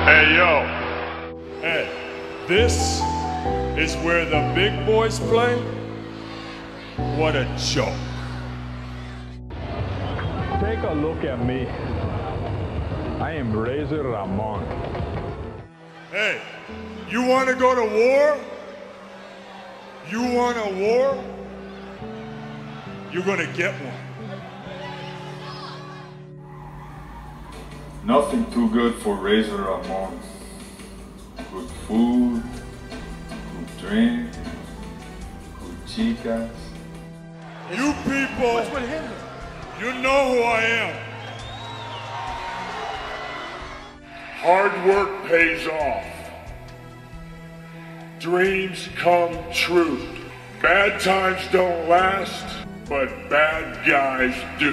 Hey, yo. Hey, this is where the big boys play? What a joke. Take a look at me. I am Razor Ramon. Hey, you want to go to war? You want a war? You're going to get one. Nothing too good for Razor Ramon. Good food, good drink, good chicas. You people, you know who I am. Hard work pays off. Dreams come true. Bad times don't last, but bad guys do.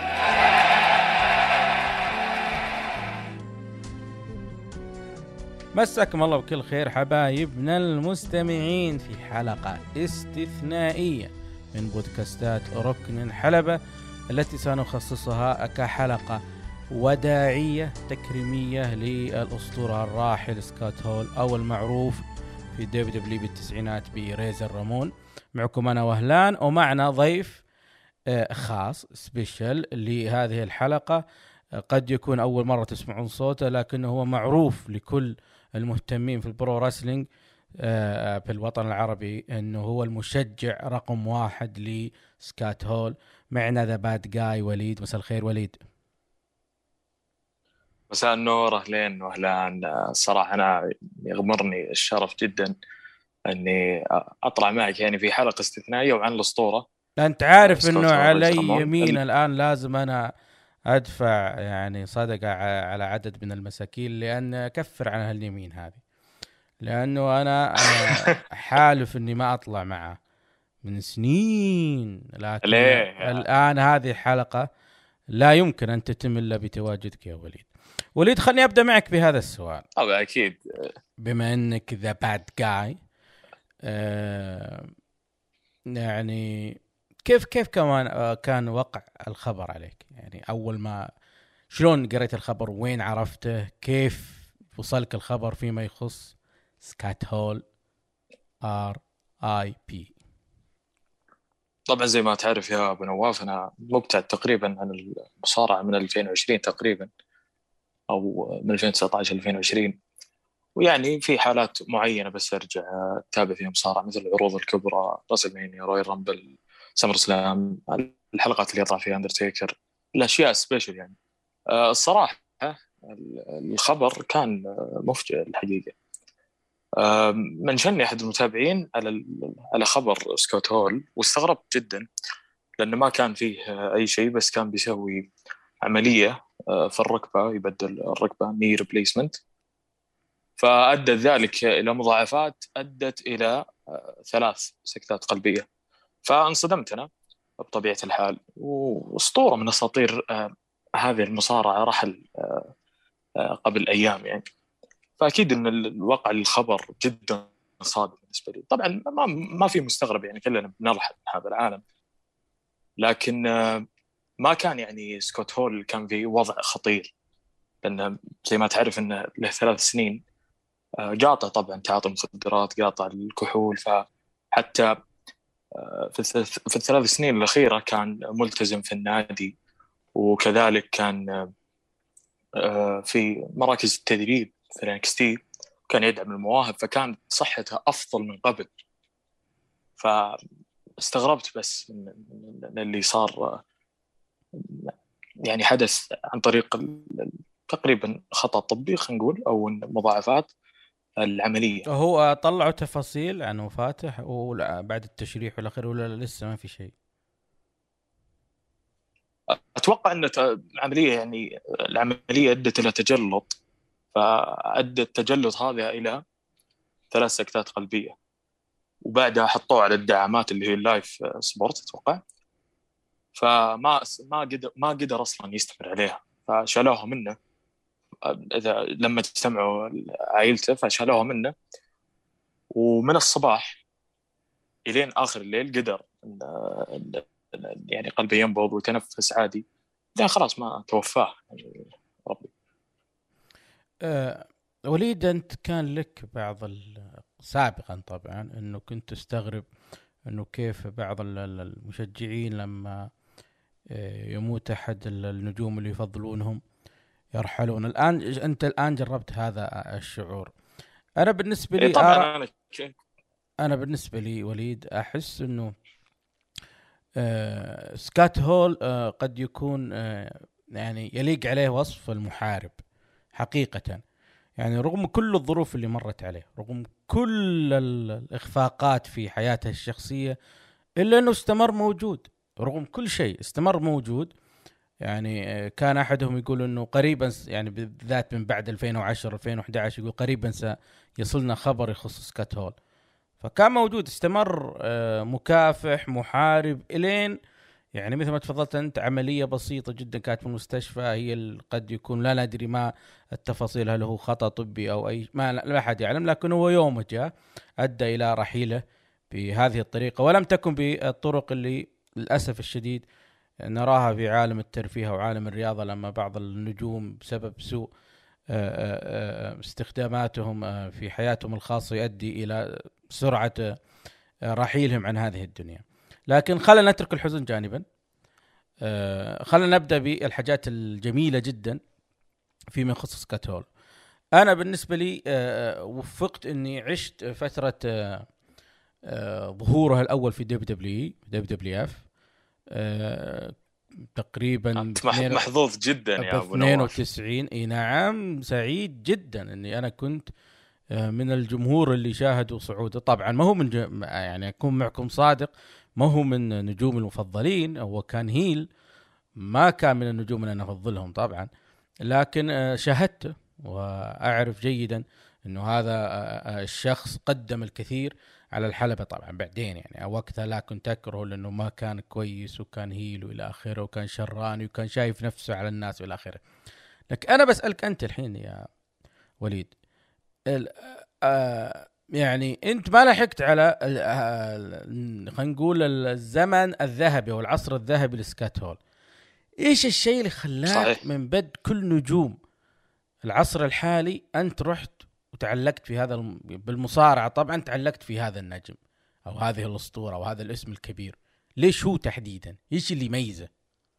مساكم الله بكل خير حبايبنا المستمعين في حلقة استثنائية من بودكاستات ركن حلبة التي سنخصصها كحلقة وداعية تكريمية للأسطورة الراحل سكوت هول أو المعروف في WWE بالتسعينات بريزر رامون. معكم أنا وهلان ومعنا ضيف خاص سبيشل لهذه الحلقة. قد يكون أول مرة تسمعون صوته لكنه هو معروف لكل المهتمين في البرو راسلينج في الوطن العربي أنه هو المشجع رقم 1 لسكوت هول. معنا ذا باد جاي وليد. مساء الخير وليد. مساء النور. أهلين وأهلان. الصراحة أنا يغمرني الشرف جدا أني أطلع معك يعني في حلقة استثنائية وعن الأسطورة. أنت عارف أنه علي يمين الآن لازم أنا أدفع يعني صدقة على عدد من المساكين لأن أكفر عن هاليمين هذه، لأنه أنا حالف أني ما أطلع معه من سنين، لكن الآن هذه الحلقة لا يمكن أن تتم إلا بتواجدك يا وليد. وليد خلني أبدأ معك بهذا السؤال. أكيد. بما أنك ذا باد جاي، يعني كيف كمان كان وقع الخبر عليك؟ يعني أول ما شلون قريت الخبر؟ وين عرفته؟ كيف وصلك الخبر فيما يخص سكوت هول RIP؟ طبعا زي ما تعرف يا أبو نواف أنا مبتعد تقريبا عن المصارعة من 2020 تقريبا، أو من 2019 2020، ويعني في حالات معينة بس أرجع أتابع فيها مصارعة مثل العروض الكبرى، راسلمانيا، رويال رامبل، سمر سلام، الحلقات اللي يطلع فيها أندرتيكر، الأشياء سبيشل يعني. الصراحة الخبر كان مفجع الحقيقة. منشني أحد المتابعين على خبر سكوت هول واستغربت جدا لأنه ما كان فيه أي شيء، بس كان بيسوي عملية في الركبة، يبدل الركبة ني ريبليسمنت، فأدى ذلك إلى مضاعفات أدت إلى 3 سكتات قلبية. فانصدمت أنا بطبيعة الحال، وأسطورة من أساطير هذه المصارعة رحل قبل أيام يعني. فأكيد أن الواقع الخبر جدا صادم بالنسبة لي. طبعا ما في مستغرب يعني، كلنا بنرحل من هذا العالم، لكن ما كان يعني سكوت هول كان في وضع خطير، لأن زي ما تعرف أنه له 3 سنين قاطع طبعا تعاطي مخدرات، قاطع الكحول، فحتى في ال3 سنين الأخيرة كان ملتزم في النادي، وكذلك كان في مراكز التدريب في NXT، كان يدعم المواهب، فكانت صحته أفضل من قبل. فاستغربت بس من اللي صار، يعني حدث عن طريق تقريبا خطأ طبي خلينا نقول، أو مضاعفات العملية. هو طلعوا تفاصيل عن وفاته وبعد التشريح والأخير ولا لسه ما في شيء؟ أتوقع أن العملية يعني العملية أدت إلى تجلط، فأدى التجلط هذا إلى 3 سكتات قلبية، وبعدها حطوه على الدعامات اللي هي اللايف سبورت أتوقع، ما قدر أصلا يستمر عليها، فشالوها منه. إذا لما اجتمعوا عائلته فشالوها منه، ومن الصباح إلين آخر الليل قدر يعني قلبه ينبض ويتنفس عادي، لا خلاص ما توفاه يعني ربي. وليد أنت كان لك بعض سابقا طبعا أنه كنت تستغرب أنه كيف بعض المشجعين لما يموت أحد النجوم اللي يفضلونهم يرحلون. أنت الآن جربت هذا الشعور. أنا بالنسبة لي طبعا أنا بالنسبة لي وليد أحس أنه سكوت هول قد يكون يعني يليق عليه وصف المحارب حقيقة. يعني رغم كل الظروف اللي مرت عليه، رغم كل الإخفاقات في حياته الشخصية، إلا أنه استمر موجود. رغم كل شيء استمر موجود. يعني كان أحدهم يقول أنه قريبا، يعني بالذات من بعد 2010 2011، يقول قريبا سيصلنا خبر يخص سكوت هول. فكان موجود، استمر مكافح محارب إلين يعني مثل ما تفضلت أنت، عملية بسيطة جدا كانت في المستشفى، هي قد يكون لا ندري ما التفاصيل، هل هو خطأ طبي أو أي، ما لا أحد يعلم، لكن هو يوم جاء أدى إلى رحيله بهذه الطريقة، ولم تكن بالطرق اللي للأسف الشديد نراها في عالم الترفيه وعالم الرياضة، لما بعض النجوم بسبب سوء استخداماتهم في حياتهم الخاصة يؤدي إلى سرعة رحيلهم عن هذه الدنيا. لكن خلنا نترك الحزن جانبا، خلنا نبدأ بالحاجات الجميلة جدا فيما يخص سكوت هول. أنا بالنسبة لي وفقت أني عشت فترة ظهوره الأول في دبليو اف تقريبا محظوظ جدا يا أبو 92. اي نعم، سعيد جدا أني أنا كنت من الجمهور اللي شاهدوا صعوده. طبعا ما هو من يعني أكون معكم صادق، ما هو من نجوم المفضلين، هو كان هيل، ما كان من النجوم اللي أنا أفضلهم طبعا، لكن شاهدته وأعرف جيدا أنه هذا الشخص قدم الكثير على الحلبة. طبعا بعدين يعني وقتها لا كنت أكره لأنه ما كان كويس، وكان هيل وإلى آخره، وكان شراني، وكان شايف نفسه على الناس وإلى آخره. لكن أنا بسألك أنت الحين يا وليد، يعني أنت ما لحقت على خلينا نقول الزمن الذهبي أو العصر الذهبي لسكوت هول. إيش الشيء اللي خلاك صحيح. من بد كل نجوم العصر الحالي أنت رحت وتعلقت في هذا بالمصارعة؟ طبعا تعلقت في هذا النجم أو هذه الأسطورة أو هذا الاسم الكبير. ليش هو تحديدا؟ إيش اللي يميزه؟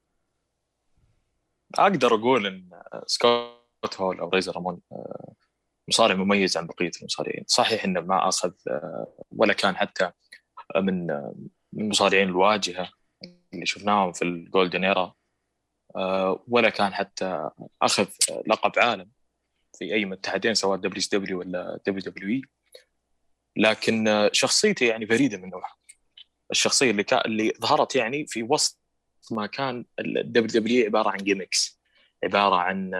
أقدر أقول إن سكوت هول أو ريزر رامون مصارع مميز عن بقية المصارعين. صحيح إنه ما أخذ ولا كان حتى من مصارعين الواجهة اللي شفناهم في الجولدن إيرا، ولا كان حتى أخذ لقب عالم في أي من الاتحادين سواء دبليو ولا دبليو، لكن شخصيته يعني فريدة من نوعها. الشخصية اللي ظهرت يعني في وسط ما كان الدبليو عبارة عن جيمكس، عبارة عن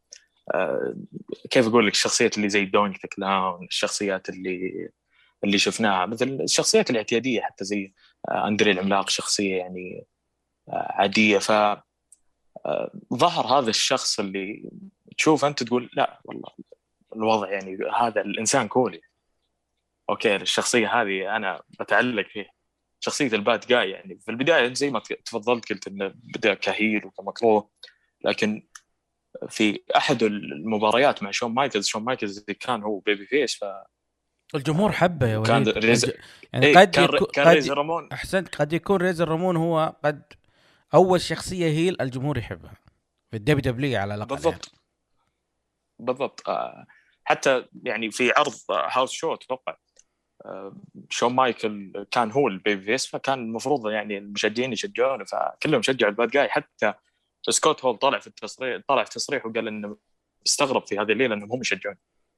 كيف أقول لك، الشخصيات اللي زي دونج ذا كلاون، الشخصيات اللي شفناها مثل الشخصيات الاعتيادية، حتى زي أندري العملاق شخصية يعني عادية. ف ظهر هذا الشخص اللي تشوف أنت تقول لا والله الوضع يعني هذا الإنسان كولي، أوكي الشخصية هذه أنا بتعلق فيها. شخصية الباد جاي يعني في البداية زي ما تفضلت قلت إنه بدأ كهيل وكمكروه، لكن في أحد المباريات مع شون مايكلز كان هو بيبي فيس، الجمهور حبه يا وليد. يعني كان ريزر رامون. أحسنت، قد يكون ريزر رامون هو قد أول شخصية هيل الجمهور يحبها في الدبليو على الأقل. بالضبط. حتى يعني في عرض هاوس شو أتوقع شون مايكل كان هو البيبي فيس، فكان المفروض يعني المشجعين يشجعونه، فكلهم شجعوا الباد جاي. حتى سكوت هول طلع في تصريح وقال إنه استغرب في هذه الليلة إنهم هم يشجعون،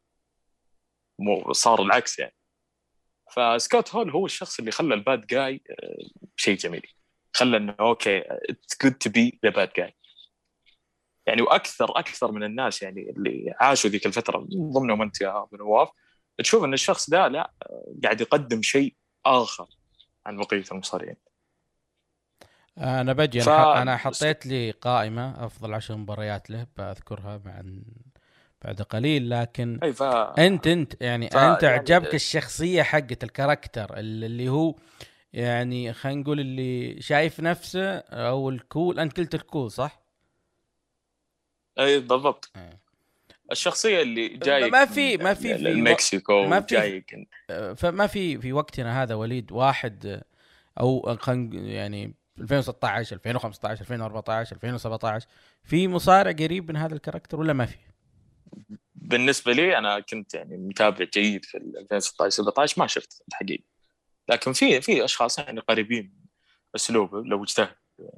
صار العكس يعني. فسكوت هول هو الشخص اللي خلى الباد جاي شيء جميل، خلى إنه أوكي it's good to be the bad guy يعني. وأكثر من الناس يعني اللي عاشوا ذيك الفترة ضمنهم أنت يا أبو نواف، تشوف إن الشخص ده لا قاعد يقدم شيء آخر عن بقية المصارعين. أنا بجي أنا حطيت لي قائمة أفضل 10 مباريات له بأذكرها بعد قليل، لكن أنت يعني أنت عجبك يعني الشخصية حقت الكاركتر اللي هو يعني خلينا نقول اللي شايف نفسه أو الكول. أنت قلت الكول صح؟ أي بالضبط. الشخصيه اللي جاي ما في المكسيكو ما في جاي فما في وقتنا هذا وليد واحد او يعني 2016 2015 2014 2017 في مصارع قريب من هذا الكاركتر ولا ما في؟ بالنسبه لي انا كنت يعني متابع جيد في 2016 17 ما شفت الحقيقه، لكن في اشخاص يعني قريبين اسلوبه لو اجتهد.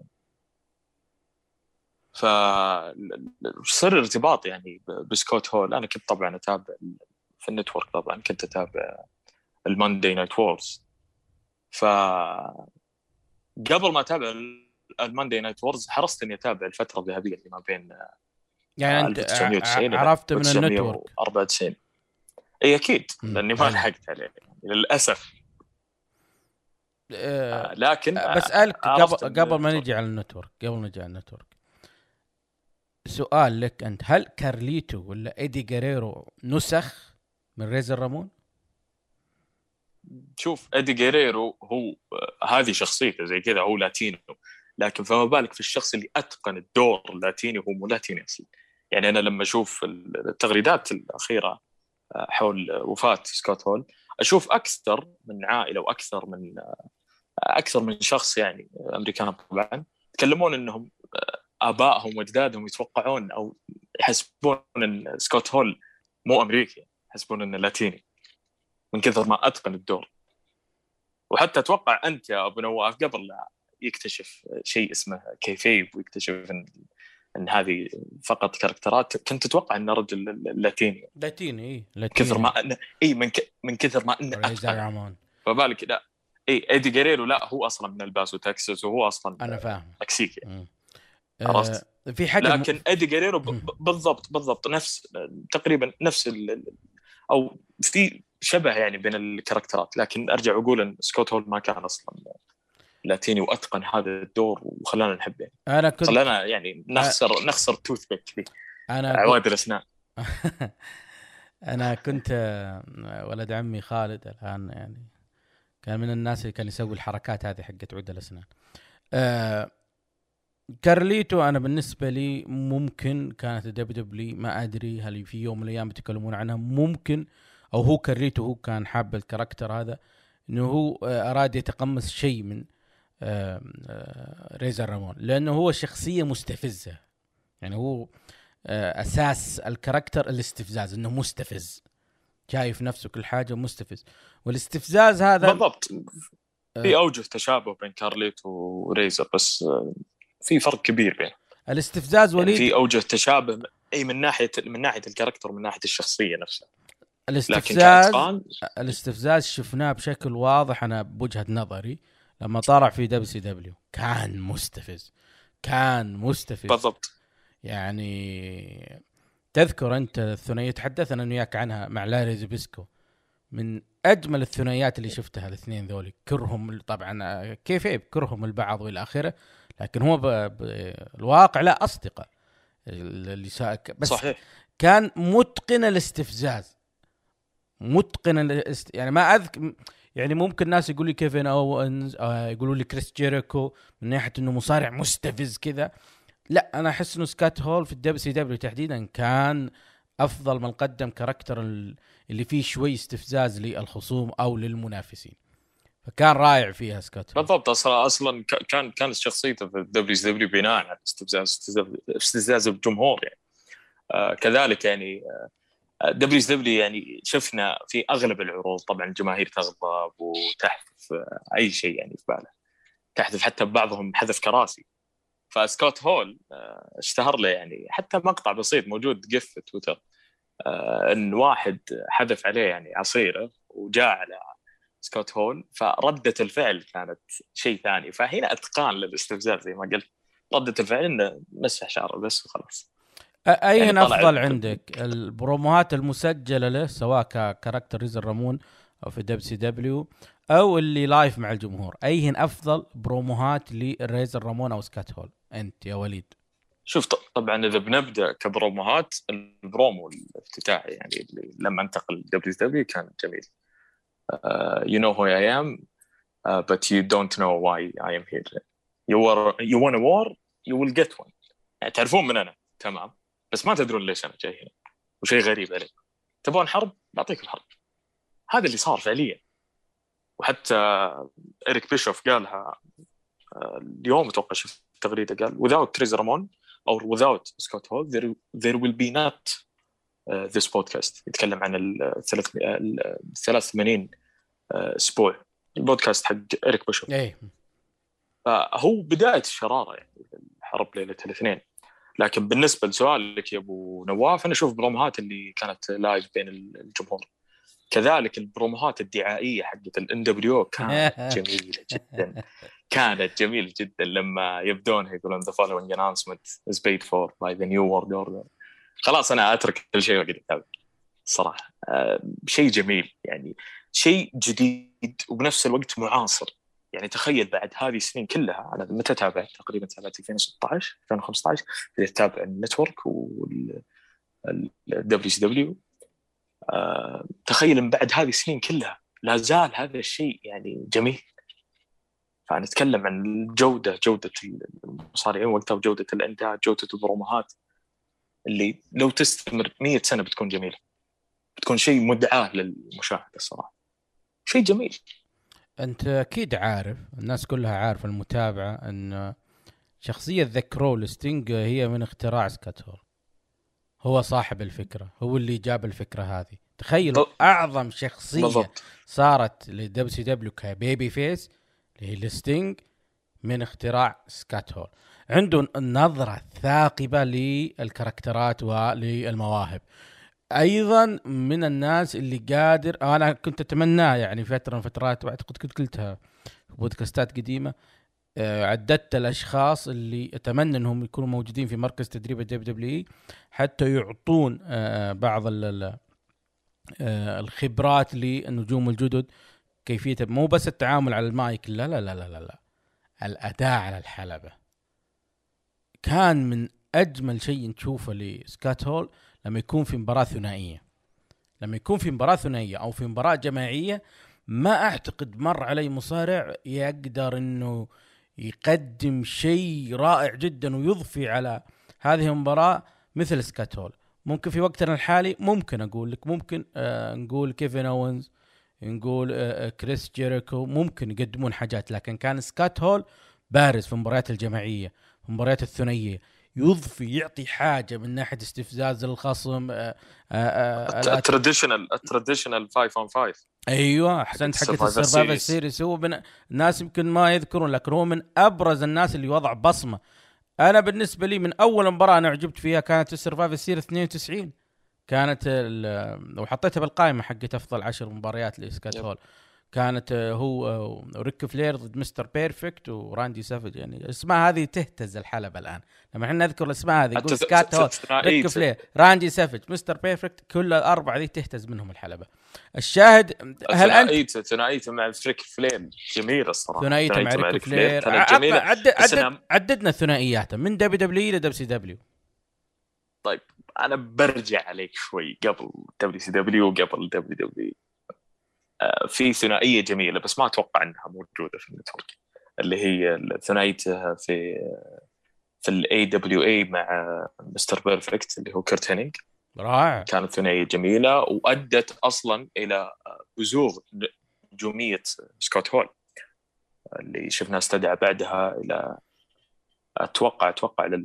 ف صار ارتباط يعني بسكوت هول. انا كنت طبعا اتابع في النتورك، طبعا كنت اتابع الماندي نايت وورز. ف قبل ما اتابع الماندي نايت وورز حرصت اني اتابع الفتره الذهبيه اللي ما بين يعني انت 1990 عرفت من النتورك 1994. اي اكيد لاني ما لحقت عليه للاسف. لكن بسألك قبل ما نجي على النتورك سؤال لك انت، هل كارليتو ولا ايدي جيريرو نسخ من ريزر رامون؟ شوف ايدي جيريرو هو هذه شخصيته زي كذا، هو لاتينو، لكن فما بالك في الشخص اللي اتقن الدور اللاتيني هو مو لاتيني اصلا. يعني انا لما اشوف التغريدات الاخيره حول وفاه سكوت هول اشوف اكثر من عائله واكثر من شخص يعني امريكان طبعا يتكلمون انهم ابائهم واجدادهم يتوقعون او يحسبون ان سكوت هول مو امريكي، يحسبون انه لاتيني من كثر ما اتقن الدور. وحتى اتوقع انت يا ابو نواف قبل لا يكتشف شيء اسمه كيفيب ويكتشف ان هذه فقط كاركترات كنت تتوقع انه رجل لاتيني كثر ما من كثر ما انه اتقن. فبالك لا ايدي جيريرو لا هو اصلا من الباسو تكساس وهو اصلا انا فاهم مكسيكي. عرفت في حاجه لكن ايدي جيريرو بالضبط نفس تقريبا نفس او في شبه يعني بين الكاركترات. لكن ارجع اقول ان سكوت هول ما كان اصلا لاتيني واتقن هذا الدور وخلانا نحبه. خلانا يعني نخسر توث بيك فيه عواد الاسنان. انا كنت ولد عمي خالد الان يعني كان من الناس اللي كان يسوي الحركات هذه حقت عود الاسنان. كارليتو انا بالنسبه لي ممكن كانت دبليو ما ادري هل في يوم من الايام يتكلمون عنها، ممكن او هو كارليتو هو كان حاب الكاركتر هذا انه هو اراد يتقمص شيء من ريزر رامون، لانه هو شخصيه مستفزه. يعني هو اساس الكاركتر الاستفزاز، انه مستفز شايف نفسه كل حاجه مستفز، والاستفزاز هذا بالضبط في اوجه تشابه بين كارليتو وريزر، بس في فرق كبير بين الاستفزاز وليد. يعني في اوجه تشابه اي من ناحيه الكاركتر ومن ناحيه الشخصيه نفسها. الاستفزاز شفناه بشكل واضح انا بوجهه نظري لما طلع في WCW كان مستفز بالضبط. يعني تذكر انت الثنائيه تحدثنا انه ياك عنها مع لاري زبيسكو، من اجمل الثنائيات اللي شفتها الاثنين ذولي. كرهم طبعا كيف كرهم البعض والى اخره، لكن هو بالواقع لا اصدقاء اللي بس صحيح. كان متقن الاستفزاز يعني ما أذكر يعني ممكن الناس يقول لي كيفين أوينز يقولوا لي كريس جيريكو من ناحية إنه مصارع مستفز كذا، لا أنا أحس إنه سكات هول في WCW تحديدا كان أفضل من قدم كاركتر اللي فيه شوي استفزاز للخصوم أو للمنافسين، فكان رائع فيها سكات هول. بالضبط. أصلا كانت شخصيته في WCW بناء على استفزاز الجمهور يعني. كذلك يعني WCW يعني شفنا في أغلب العروض طبعا الجماهير تغضب وتحذف أي شيء يعني في باله، تحذف حتى بعضهم حذف كراسي. فسكوت هول اشتهر له يعني حتى مقطع بسيط موجود قف في تويتر ان واحد حذف عليه يعني عصيره وجاء على سكوت هول، فردة الفعل كانت شيء ثاني. فهنا اتقان للاستفزاز زي ما قلت، ردة الفعل انه مسح شعره بس وخلاص. ايهن يعني افضل عندك البروموهات المسجله له سواء ككاركتر ريزر رامون او في WCW او اللي لايف مع الجمهور، ايهن افضل بروموهات لريزر رامون او سكات هول انت يا وليد؟ شوف طبعا اذا بنبدا كبروموهات، البرومو الافتتاحي يعني اللي لما انتقل WCW كان جميل. You know who I am but you don't know why I am here. You want a war you will get one. يعني تعرفون من انا تمام، بس ما تدرون ليش انا جاي هنا. وشيء غريب عليه. تبون حرب؟ بعطيكم حرب. هذا اللي صار فعليا. وحتى إريك بيشوف قالها اليوم، أتوقع شفت تغريدة قال without Chris Ramon أو without Scott Hall there will be not this podcast. يتكلم عن 83 أسبوع البودكاست حق إريك بيشوف. فهو بداية الشرارة يعني الحرب ليلة الاثنين. لكن بالنسبة لسؤالك يا أبو نواف، أنا أشوف بروموهات اللي كانت لايف بين الجمهور، كذلك البروموهات الدعائية حقت الNWO كانت جميلة جدا. كانت جميلة جدا لما يبدون يقولون the following announcement is paid for by the new world order. خلاص أنا أترك كل شيء وقت هذا الصراحة. شيء جميل يعني، شيء جديد وبنفس الوقت معاصر. يعني تخيل بعد هذه السنين كلها، أنا متى تابعت؟ تقريبا تابعت 2016 2015 بديت أتابع النتورك وال WCW. تخيل من بعد هذه السنين كلها لا زال هذا الشيء يعني جميل. فنتكلم عن جودة المصارعين وقتها، وجودة الإنتاج، جودة البروموهات اللي لو تستمر 100 سنة بتكون جميلة، بتكون شيء مدعاة للمشاهد الصراحة، شيء جميل. أنت أكيد عارف، الناس كلها عارفة المتابعة، أن شخصية ذا كرو ستينج هي من اختراع سكوت هول. هو صاحب الفكرة، هو اللي جاب الفكرة هذه. تخيلوا أعظم شخصية بالضبط صارت للWCW كبيبي فيس اللي هي الستينج من اختراع سكوت هول. عنده النظرة الثاقبة للكاركترات وللمواهب. أيضا من الناس اللي قادر، أنا كنت أتمناه يعني فترة من فترات، وأعتقد كنت قلتها في بودكاستات قديمة، عددت الأشخاص اللي أتمنى أنهم يكونوا موجودين في مركز تدريب WWE حتى يعطون بعض الخبرات للنجوم الجدد، كيفية مو بس التعامل على المايك، لا لا لا لا لا، الأداء على الحلبة. كان من أجمل شيء نشوفه لسكوت هول لما يكون في مباراة ثنائية، أو في مباراة جماعية. ما أعتقد مر علي مصارع يقدر أنه يقدم شيء رائع جدا ويضفي على هذه المباراة مثل سكوت هول. ممكن في وقتنا الحالي ممكن أقول لك، ممكن نقول كيفن أوينز، نقول كريس جيريكو، ممكن يقدمون حاجات، لكن كان سكوت هول بارز في المباريات الجماعية، في المباريات الثنائية، يضفي يعطي حاجة من ناحية استفزاز الخصم. التراديشنال 5-on-5. ايوه احسنت، حقت السرفايفل سيريس. هو الناس يمكن ما يذكرون، لكن هو من ابرز الناس اللي وضع بصمة. انا بالنسبة لي من اول مباراة انا عجبت فيها كانت السرفايفل سيريس 92، كانت وحطيتها بالقائمة حقت افضل 10 مباريات لسكوت هول. كانت هو ريك فلير ضد مستر بيرفكت وراندي سافيج. يعني اسماء هذه تهتز الحلبة الآن لما احنا نذكر الاسماء هذه، نقول سكوت هول، ريك فلير، راندي سافيج، مستر بيرفكت، كل الأربعة ذي تهتز منهم الحلبة. الشاهد هل أنت ثنائيته مع ريك فلير جميلة الصراحة. ثنائيته مع ريك فلير كانت جميلة. عددنا الثنائيات من WWE لWCW. طيب أنا برجع عليك شوي قبل WCW وقبل WWE. في ثنائية جميلة بس ما أتوقع أنها موجودة في النتورك، اللي هي ثنائيتها في AWA مع مستر بيرفكت اللي هو كيرت هينينج. رائع. كانت ثنائية جميلة وأدت أصلا إلى بزوغ نجومية سكوت هول اللي شفنا استدعى بعدها إلى أتوقع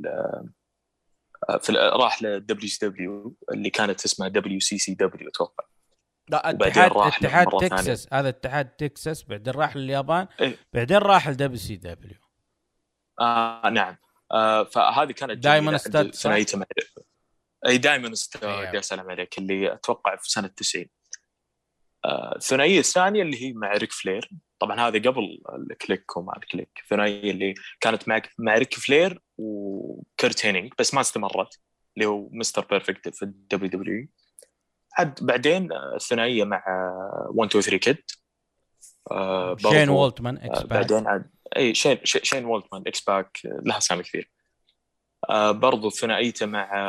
راح لWCW اللي كانت اسمها WCCW أتوقع. لا اتحاد تكساس، هذا اتحاد تكساس، بعدين راح لليابان، بعدين راح لWCW. نعم. فهذه كانت دايموند ستاد ثنائيته مع دايموند ستاد. يا سلام عليك، اللي اتوقع في سنة 90. الثنائية الثانية اللي هي مع ريك فلير، طبعا هذه قبل الكليك ومع الكليك. الثنائية اللي كانت مع ريك فلير وكيرت هينينج بس ما استمرت، اللي هو مستر بيرفكت في WWE. بعدين الثنائية مع 1-2-3 كيد، شين وولتمان اكس باك. بعدين شين وولتمان اكس باك، لها اسامي كثير. برضو ثنائيته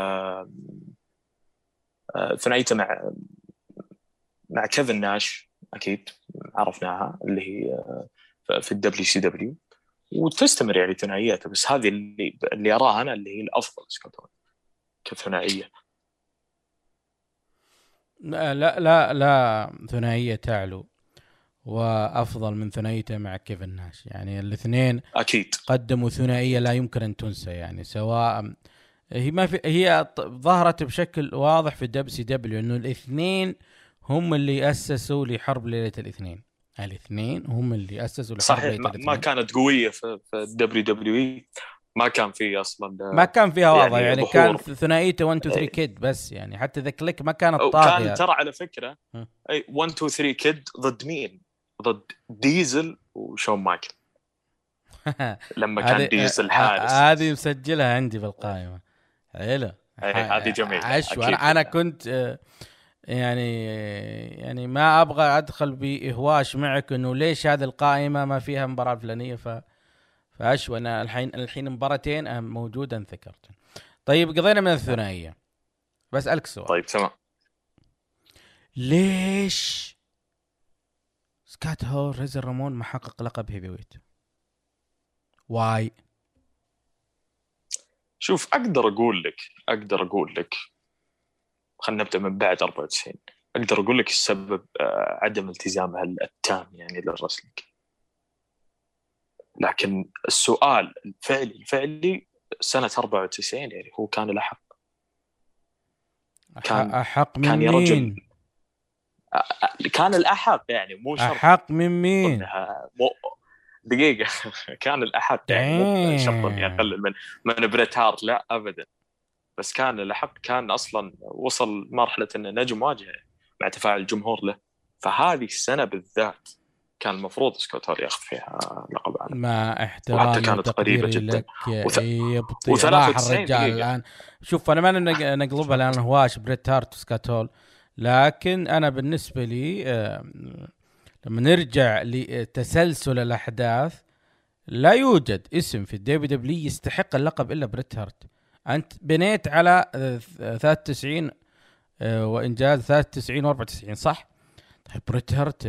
مع كيفن ناش، اكيد عرفناها، اللي هي في WCW، وتستمر يعني ثنائياته. بس هذه اللي اراها انا اللي هي الافضل سكوت هول كثنائيه. لا ثنائية تعلو وأفضل من ثنائيته مع كيفن ناش. يعني الاثنين اكيد قدموا ثنائية لا يمكن أن تنسى. يعني سواء هي ظهرت بشكل واضح في WCW إنه الاثنين هم اللي أسسوا لحرب ليلة الاثنين. الاثنين هم اللي أسسوا لحرب صحيح. ليلة الاثنين. ما كانت قوية في WWE، ما كان في أصلا ما كان فيها واضح. يعني كان ظهور. ثنائيته 1 2 3 كيد بس. يعني حتى ذا كليك ما كانت كان طاغية. ترى على فكرة 1 2 3 كيد ضد مين؟ ضد ديزل وشون مايكل. لما كان ديزل حارس. هذه مسجلها عندي بالقائمة. حلو. هذه جميلة. أنا كنت يعني ما أبغى أدخل بإهواش معك إنه ليش هذه القائمة ما فيها مباراة فلانية. فأشوى أنا الحين مباراتين موجودة ذكرت. طيب قضينا من الثنائية. بسألك سؤال. طيب تمام. ليش سكوت هول ريزر رامون ما حقق لقب هيفي ويت؟ واي؟ شوف أقدر أقول لك خلنا نبدأ من بعد 94. أقدر أقول لك السبب عدم التزامه التام يعني للرسلينج. لكن السؤال الفعلي سنة 94 يعني هو كان الأحق. أحق من كان مين؟ يا رجل كان الأحق يعني مو شرط. أحق من مين؟ دقيقة. كان الأحق يعني مو شرط يقلل من بريت هارت، لا أبدا. بس كان الأحق. كان أصلا وصل مرحلة إنه نجم واجهة مع تفاعل الجمهور له. فهذه السنة بالذات كان المفروض سكوت هول ياخذ فيها لقب عالم. مع احترامي وحتى كانت قريبة جدا. راح الرجال الآن. شوف أنا ما نقلبها الآن هواش بريت هارت وسكوت هول، لكن أنا بالنسبة لي لما نرجع لتسلسل الأحداث لا يوجد اسم في WWE يستحق اللقب إلا بريت هارت. أنت بنيت على 93 وإنجاز 93 و 94 صح؟ طيب بريت هارت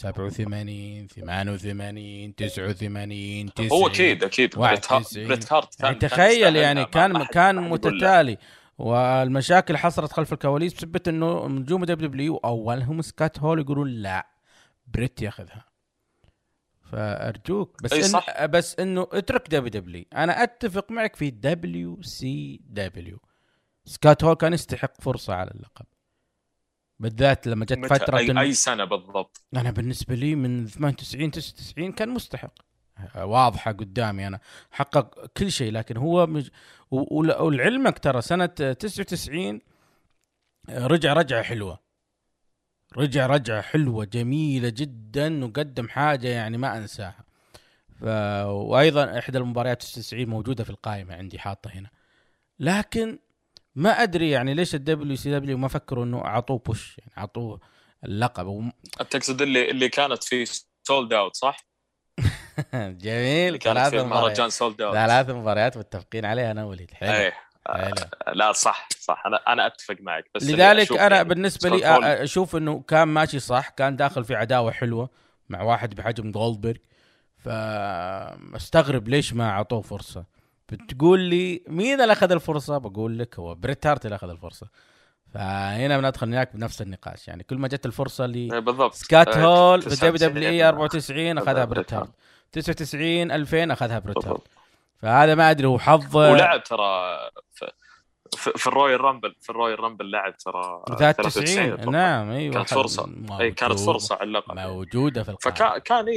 87 88 89 90 هو أكيد بريت هارت يعني تخيل يعني كان متتالي. والمشاكل حصلت خلف الكواليس بسبب انه نجوم WWE اولهم سكوت هول يقولون لا بريت ياخذها. فارجوك بس انه اترك WWE. انا اتفق معك في WCW سكوت هول كان يستحق فرصة على اللقب، بالذات لما جت فترة أي سنة بالضبط. أنا بالنسبة لي من 98 99 كان مستحق، واضحة قدامي. أنا حقق كل شيء. لكن هو والعلمك ترى سنة 99 رجعة حلوة، رجعة حلوة جميلة جدا، وقدم حاجة يعني ما أنساها. وأيضا إحدى المباريات 99 موجودة في القائمة عندي حاطة هنا. لكن ما أدري يعني ليش WCW ما فكروا إنه أعطوه بوش، يعني أعطوه اللقب. تقصد اللي كانت في سولد أوت صح؟ جميل. 3 مهرجان سولد أوت. 3 مباريات متفقين عليها أنا وليد. حلو. لا صح أنا أتفق معك. بس لذلك أنا يعني بالنسبة لي أشوف إنه كان ماشي صح، كان داخل في عداوة حلوة مع واحد بحجم جولدبرغ. فاستغرب ليش ما أعطوه فرصة. بتقول لي مين اللي أخذ الفرصة؟ بقول لك هو بريت هارت اللي أخذ الفرصة. فهنا بندخل نياك بنفس النقاش. يعني كل ما جت الفرصة لسكوت هول في WWE 94 أخذها بريت هارت، 99 2000 أخذها بريت هارت. فهذا ما أدري هو حظ. ولعب ترى في الرويال رامبل لعب ترى 93. نعم أيوة كانت فرصة. كانت فرصة على اللقب موجودة في القائمة. فكان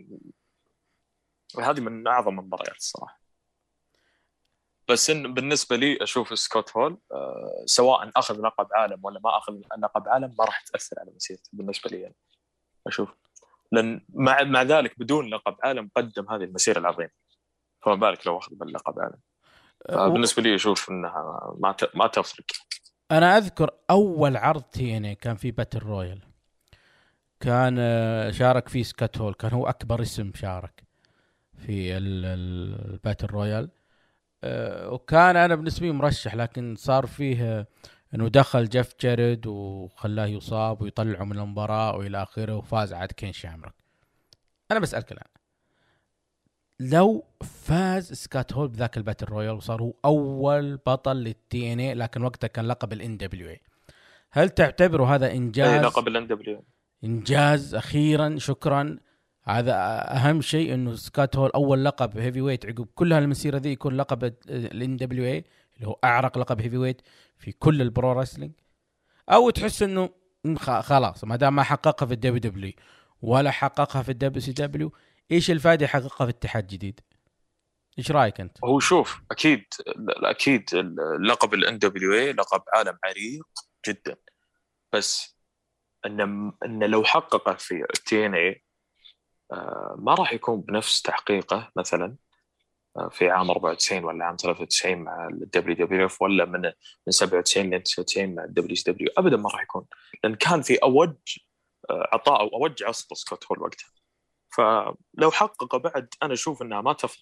هذه من أعظم المباريات الصراحة. بس إن بالنسبة لي أشوف سكوت هول سواء أخذ لقب عالم ولا ما أخذ لقب عالم ما راح تأثر على مسيرته بالنسبة لي يعني. أشوف لأن مع ذلك بدون لقب عالم قدم هذه المسيرة العظيمة، فما بالك لو أخذ باللقب عالم. بالنسبة لي أشوف إنها ما تفرق. أنا أذكر أول عرض TNA كان في باتل رويال، كان شارك فيه سكوت هول، كان هو أكبر اسم شارك في الباتل رويال. وكان أنا بالنسبة لي مرشح، لكن صار فيه أنه دخل جيف جيرد وخلاه يصاب ويطلعه من المباراة وإلى آخره، وفاز عاد كين شامرك. أنا بسألك الآن، لو فاز سكوت هول بذاك الباتل رويال وصار هو أول بطل للTNA، لكن وقتها كان لقب NWA، هل تعتبره هذا انجاز؟ لقب ال NWA انجاز اخيرا، شكرا. هذا اهم شيء، انه سكوت هول اول لقب هيفي ويت عقب كل هالمسيره ذي يكون لقب ال NWA اللي هو اعرق لقب هيفي ويت في كل البرو رسلينج. او تحس انه خلاص ما دام ما حققها في الدبليو ولا حققها في WCW، ايش الفائده يحققها في اتحاد جديد؟ ايش رايك انت؟ هو شوف، اكيد لقب ال NWA لقب عالم عريق جدا، بس ان لو حققه في TNA ما راح يكون بنفس تحقيقه مثلا في عام 94 ولا عام 93 مع ال WWF، ولا من 97 ل 99 مع ال WCW. ابدا ما راح يكون، لان كان في اوج عطاء او اوج عصر سكوت هول وقتها. فلو حقق بعد انا اشوف انها ما تفرق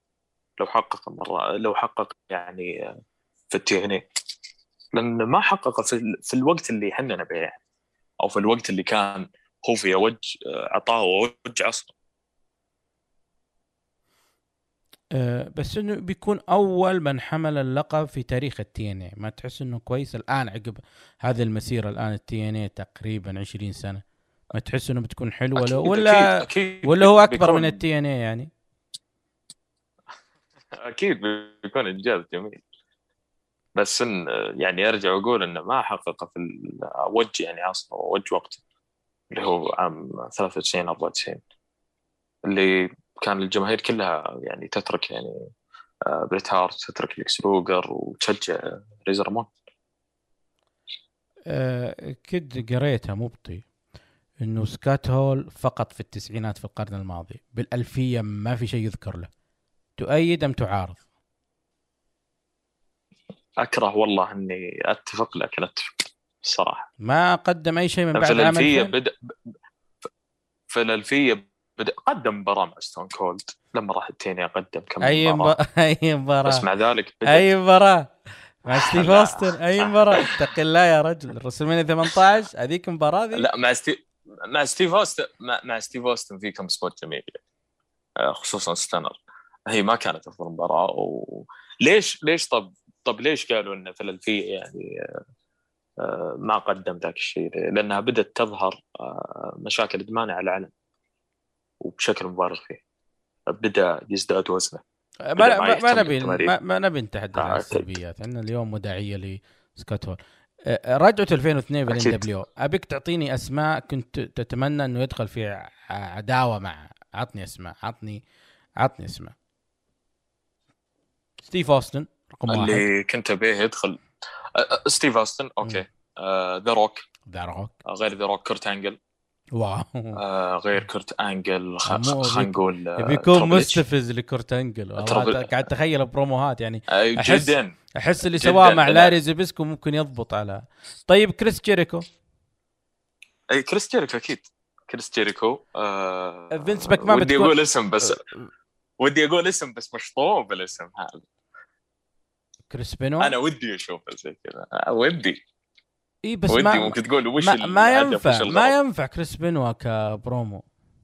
لو حقق يعني في TNA، لان ما حقق في الوقت اللي احنا نبيه يعني، او في الوقت اللي كان هو في اوج عطاء واوج عصر. بس انه بيكون اول من حمل اللقب في تاريخ TNA. ما تحس انه كويس الان عقب هذه المسيره الان TNA تقريبا 20 سنه؟ ما تحس انه بتكون حلوه أكيد ولا أكيد ولا هو اكبر بيكون من TNA يعني؟ اكيد بيكون انجاز جميل، بس إن يعني ارجع واقول انه ما حقق في الوجه يعني عصر وجه وقته اللي هو عام 93 94 اللي كان الجماهير كلها يعني تترك يعني بريت هارت، تترك ليكس لوجر وتشجع ريزر مون. كد قريتها مبطي انه سكوت هول فقط في التسعينات في القرن الماضي، بالألفية ما في شيء يذكر له. تؤيد ام تعارض؟ اكره والله اني اتفق، لكن اتفق الصراحه. ما قدم اي شيء من بعد عام الألفية 2000. في الألفية قدم مباراة مع ستون كولد لما راح التيني، قدم كم اي مباراة اي مباراة، بس مع ذلك اي مباراة مع ستيف لا. اوستن، اي مباراة. اتق الله يا رجل، رسلمانيا 18 هذيك مباراة ذي. لا مع ستيف اوستن مع ستيف اوستن في كم سبوت جميل خصوصا ستانر، هي ما كانت افضل مباراة. ليش طب ليش قالوا انه في الألفية يعني ما قدم ذاك الشيء؟ لانها بدأت تظهر مشاكل ادمان على العلن وبشكل مبالغ فيه، بدأ يزداد وزنه. ما نبي نتحدث عن السلبيات، عندنا اليوم مداعية لسكوت هول. رجعت 2002 بالان دبليو، ابيك تعطيني اسماء كنت تتمنى انه يدخل في عداوة مع. عطني اسماء، عطني اسماء. ستيف اوستن رقم واحد اللي كنت ابيه يدخل. ستيف اوستن اوكي. ذا روك غير ذا روك كرت انجل. واو. غير كرت انجل خلينا نقول بيكون مستفز لكرت انجل. قاعد تخيل بروموهات يعني. احس اللي سواه مع لاري زيبسكو ممكن يضبط على. طيب كريس جيريكو. اي كريس جيريكو اكيد. كريس جيريكو. فينس ماكمان ودي اقول اسم بس مشطوب بالاسم هذا. كريس بينو. انا ودي اشوف زي كذا، ودي. إيه بس ودي ممكن تقول وش ما ينفع كريس بينوا كبرومو.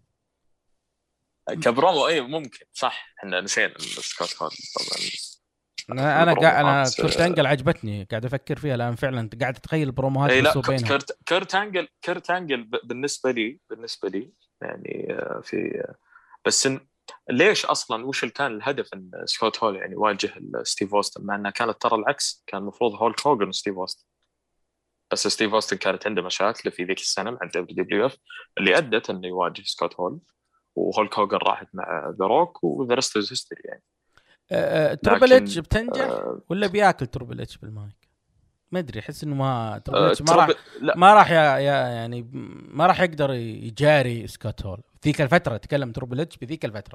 اي ممكن صح، احنا نسينا سكوت هول طبعا. انا كرت انجل عجبتني، قاعد افكر فيها الان فعلا، قاعد اتخيل البروموهات بينهم. كرت انجل بالنسبه لي يعني في بس ليش اصلا وش اللي كان الهدف ان سكوت هول يعني يواجه ستيف اوستن، مع انها كانت ترى العكس، كان المفروض هولك هوجن وستيف اوستن، بس ستيف اوستن كانت عنده مشاكل في ذيك السنه مع WWF اللي ادت انه يواجه سكوت هول، وهولك هوجن راحت مع ذا روك وذا ريست از هيستوري يعني. تربل اتش بتنجح ولا بياكل تربل اتش بالمايك؟ ما ادري، احس انه ما تربل اتش ما راح يعني ما راح يقدر يجاري سكوت هول في ذيك الفتره. تكلم تربل اتش بذيك الفتره،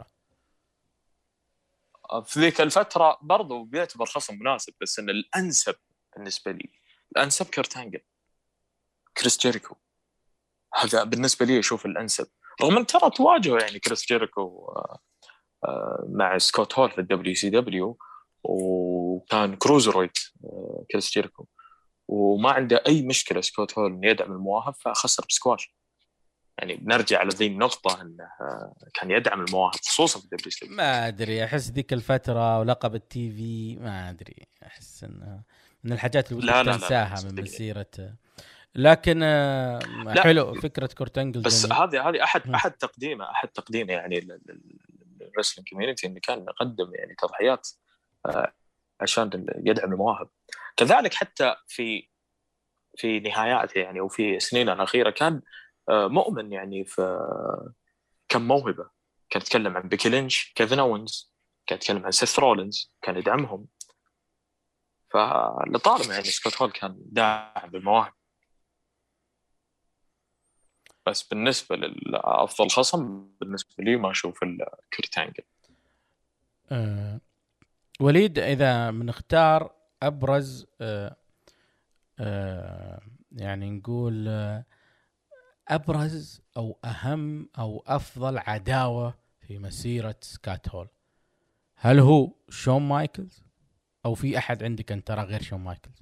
في ذيك الفتره برضو بيعتبر خصم مناسب، بس ان الانسب بالنسبه لي الانسب كرت انجل كريس جيريكو. هذا بالنسبه لي اشوف الانسب، رغم ان ترى تواجهوا يعني كريس جيريكو مع سكوت هول في WCW، وكان كروزرويد كريس جيريكو، وما عنده اي مشكله سكوت هول انه يدعم المواهب، فخسر بسكواش. يعني بنرجع على ذي النقطه انه كان يدعم المواهب خصوصا في WCW. ما ادري، احس ذيك الفتره ولقب التي في ما ادري، احس انه من الحاجات اللي تنساها من مسيره. لكن لا، حلو فكره كورت انجل بس جميل. هذه احد تقديمه يعني للرسلينج كوميونتي، انه كان يقدم يعني تضحيات عشان يدعم المواهب. كذلك حتى في نهاياته يعني وفي سنينه الأخيرة كان مؤمن يعني في كم موهبة. كان يتكلم عن بيكي لينش، كيفن أوينز، كان يتكلم عن سيث رولينز، كان يدعمهم. فلطالما يعني سكوت هول كان داعم بالمواهب. بس بالنسبة لأفضل خصم بالنسبة لي ما أشوف كورت أنجل. وليد، إذا بنختار أبرز يعني نقول أبرز أو أهم أو أفضل عداوة في مسيرة سكوت هول، هل هو شون مايكلز أو في أحد عندك أنت ترى غير شون مايكلز؟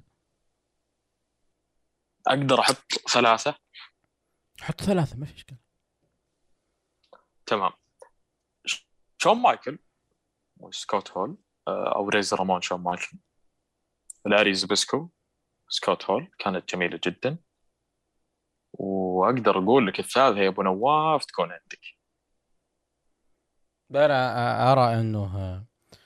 أقدر أحط 3. حط 3 ما في إشكال. تمام. شون مايكل وسكوت هول، أو ريزر رامون شون مايكل، لاري زبسكو، سكوت هول، كانت جميلة جدا. وأقدر أقول لك الثالثة يا أبو نواف تكون عندك. أنا أرى أنه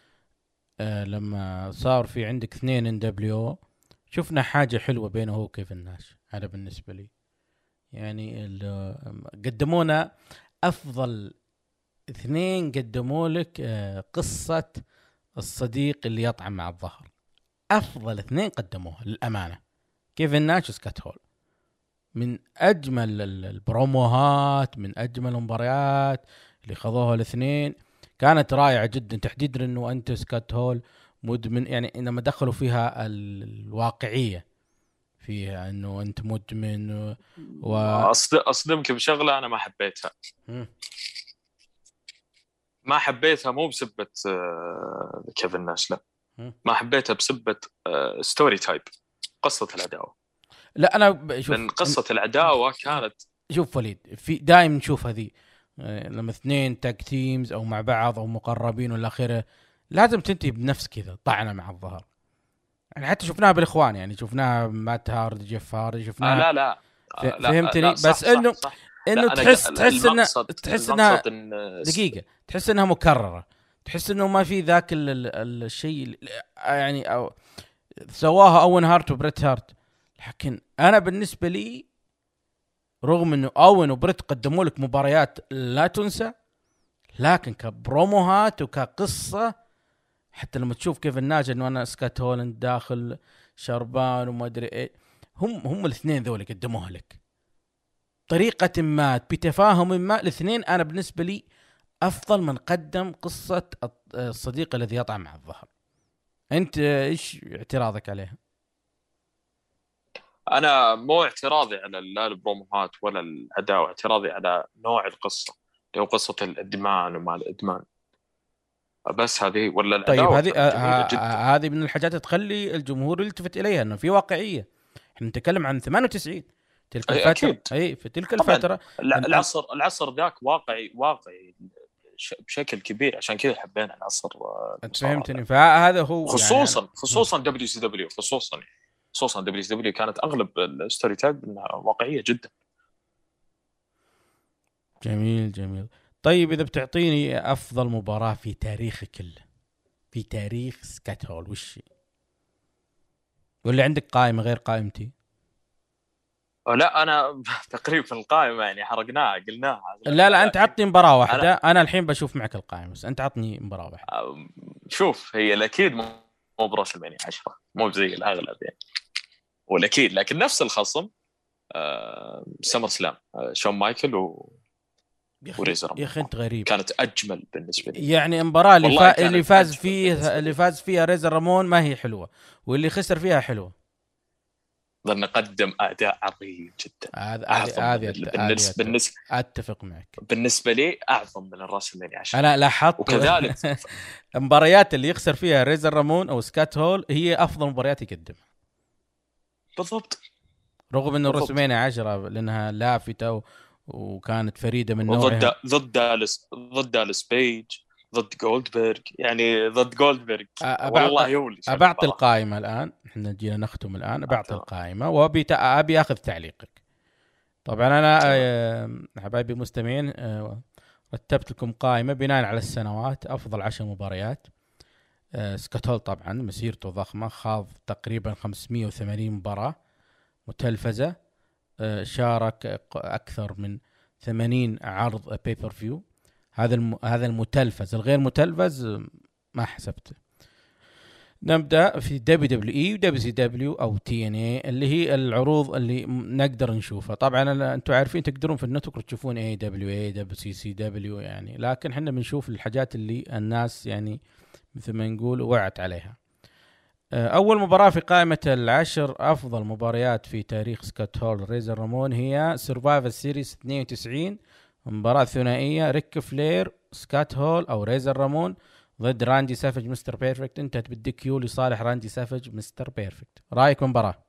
لما صار في عندك 2 NWO شفنا حاجة حلوة بينه هو كيفن ناش. هذا بالنسبة لي يعني قدمونا أفضل 2 قدموا لك قصة الصديق اللي يطعم مع الظهر. أفضل 2 قدموها للأمانة، كيفن ناش وسكوت هول. من أجمل البروموهات، من أجمل المباريات اللي خذوها الاثنين، كانت رائعة جدا. تحديدا أنه أنت سكوت هول مدمن، يعني إنما دخلوا فيها الواقعية فيها أنه أنت مدمن أصدمك بشغلة أنا ما حبيتها. ما حبيتها مو بسبة كيفن ناش، لا، ما حبيتها بسبة ستوري تايب، قصة العداوة. لا أنا لأن قصة العداوة كانت، شوف وليد، في دائما نشوف هذه لما 2 تاج تيمز أو مع بعض أو مقربين ولا آخره لازم تنتهي بنفس كذا طعنة مع الظهر. يعني حتى شفناها بالإخوان، يعني شفناها مات هارد، جيف هارد، شفناها لا فهمتني؟ لا صح بس انه صح. انه تحس انها إن دقيقة، تحس انها مكررة، تحس انه ما في ذاك الشيء يعني او سواها اوين هارت وبريت هارت. لكن انا بالنسبة لي رغم انه اوين وبريت قدموا لك مباريات لا تنسى، لكن كبروموهات وكقصة، حتى لما تشوف كيف الناس انه انا سكوت هولند داخل شربان وما ادري ايه، هم الاثنين ذول قدموها لك طريقة ما، بتفاهم ما. الاثنين انا بالنسبة لي افضل من قدم قصة الصديق الذي يطعم مع الظهر. انت ايش اعتراضك عليها؟ انا مو اعتراضي على لا البروموهات ولا الاداء، اعتراضي على نوع القصة اللي هو قصة الادمان وما الادمان. بس هذه ولا الاداء. طيب هذه من الحاجات تخلي الجمهور يلتفت اليها، انه في واقعية. احنا نتكلم عن 98 تلك الفترة. أكيد. اي في تلك الفترة العصر ذاك واقعي بشكل كبير، عشان كذا حبينا العصر. فهمتني؟ فهذا هو خصوصا يعني خصوصا دبليو سي دبليو، خصوصا دبليو سي دبليو كانت اغلب الستوري تايب انها واقعيه جدا. جميل. طيب اذا بتعطيني افضل مباراة في تاريخك كله، في تاريخ سكوت هول، وش واللي عندك قائمة غير قائمتي؟ لا انا تقريبا في القائمه يعني حرقناها قلناها. لا انت عطني مباراة واحدة. أنا الحين بشوف معك القائمة، بس انت عطني مباراة واحدة. شوف، هي الاكيد مو براسلمانيا 10، مو زي الاغلب يعني، والاكيد لكن نفس الخصم سمر سلام، شون مايكل وريزر. يا اخي انت غريب، كانت اجمل بالنسبه لي. يعني المباراة اللي فاز فيها ريزر رامون ما هي حلوة، واللي خسر فيها حلوة. ظل نقدم اداء عظيم جدا. هذه بالنسبه اتفق معك، بالنسبه لي اعظم من الراسلمانيا 10. انا لاحظت وكذلك المباريات اللي يخسر فيها ريزر رامون او سكوت هول هي افضل مباريات يقدمها. بالضبط. رغم انه الراسلمانيا 10 لانها لافتة وكانت فريدة من نوعها، ضد دالس بيج، ضد جولدبرغ، يعني ضد جولدبرغ والله هو اللي أبعطي القائمة الآن، إحنا جينا نختم الآن، أبعطي القائمة وأبي أخذ تعليقك. طبعا أنا حبايبي المستمعين رتبت لكم قائمة بناء على السنوات، أفضل 10 مباريات. سكوت هول طبعا مسيرته ضخمة، خاض تقريبا 580 مباراة متلفزة، شارك أكثر من 80 عرض بيبر فيو. هذا المتلفز، الغير متلفز ما حسبته. نبدأ في WWE WCW أو TNA اللي هي العروض اللي نقدر نشوفها. طبعا أنتم عارفين تقدرون في النتورك تشوفون AWA WCCW يعني، لكن حنا بنشوف الحاجات اللي الناس يعني مثل ما نقول وعت عليها. أول مباراة في قائمة 10 أفضل مباريات في تاريخ سكوت هول ريزر رامون هي سيرفايفر سيريس 92، مباراة ثنائية ريك فلير سكوت هول أو ريزر رامون ضد راندي سافج مستر بيرفكت. انتهت بالديكيو لصالح راندي سافج مستر بيرفكت. رايك مباراة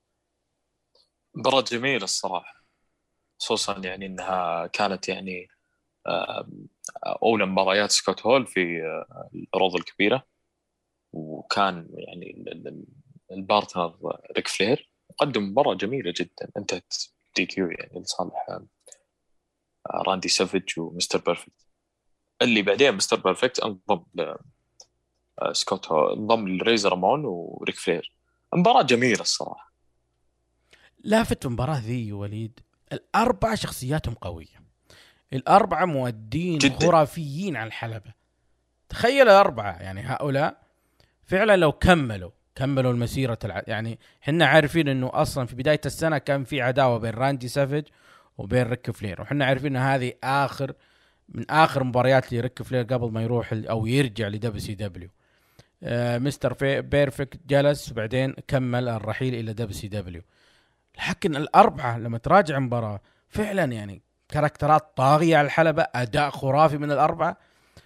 جميلة الصراحة، خصوصا يعني انها كانت يعني اولى مباريات سكوت هول في العروض الكبيرة، وكان يعني البارتنر ريك فلير قدم مباراة جميلة جدا انتهت ديكيو يعني لصالح راندي سافج ومستر بيرفكت، اللي بعدين مستر بيرفكت انضم سكوت هول، انضم لريزر رامون وريك فلير. مباراة جميلة الصراحة. لافت المباراة ذي وليد، الأربعة شخصياتهم قوية، الأربعة مؤدين جداً خرافيين على الحلبة. تخيل الأربعة يعني هؤلاء فعلا لو كملوا المسيرة يعني حنا عارفين انه اصلا في بداية السنة كان في عداوة بين راندي سافج وبين ريك فلير، وحنا عارفين ان هذه من اخر مباريات لريك فلير قبل ما يروح او يرجع لدبليو سي دبليو. مستر بيرفكت جلس وبعدين كمل الرحيل الى دبليو سي دبليو. لكن الاربعه لما تراجع مباراه فعلا يعني كاركترات طاغيه على الحلبه، اداء خرافي من الاربعه.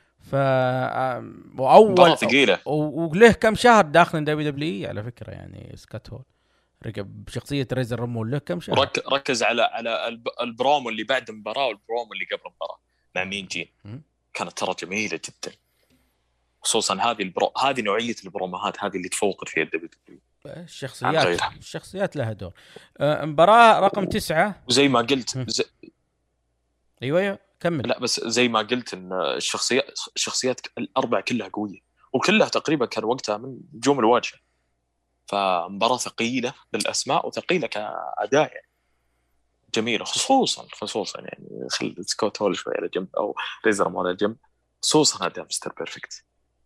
واول ثقيله وله كم شهر داخل دبليو دبليو على فكره يعني سكوت هول ركب بشخصيه ريزر رامون له كم شهر. ركز على البرومو اللي بعد المباراه والبرومو اللي قبل المباراه مع مين جين، كانت ترى جميله جدا، خصوصا هذه نوعيه البروموهات هذه اللي تفوق فيها الدبليو دبليو. الشخصيات لها دور. مباراه رقم 9 وزي ما قلت ايوه كمل. لا بس زي ما قلت ان الشخصيات الاربع كلها قويه، وكلها تقريبا كان وقتها من نجوم الواجهه، فمباراه ثقيله بالاسماء وثقيله كاداء يعني. جميله، خصوصا يعني خل سكوت هول شوي على جنب او ريزر مال على جنب، خصوصا اداء مستر بيرفكت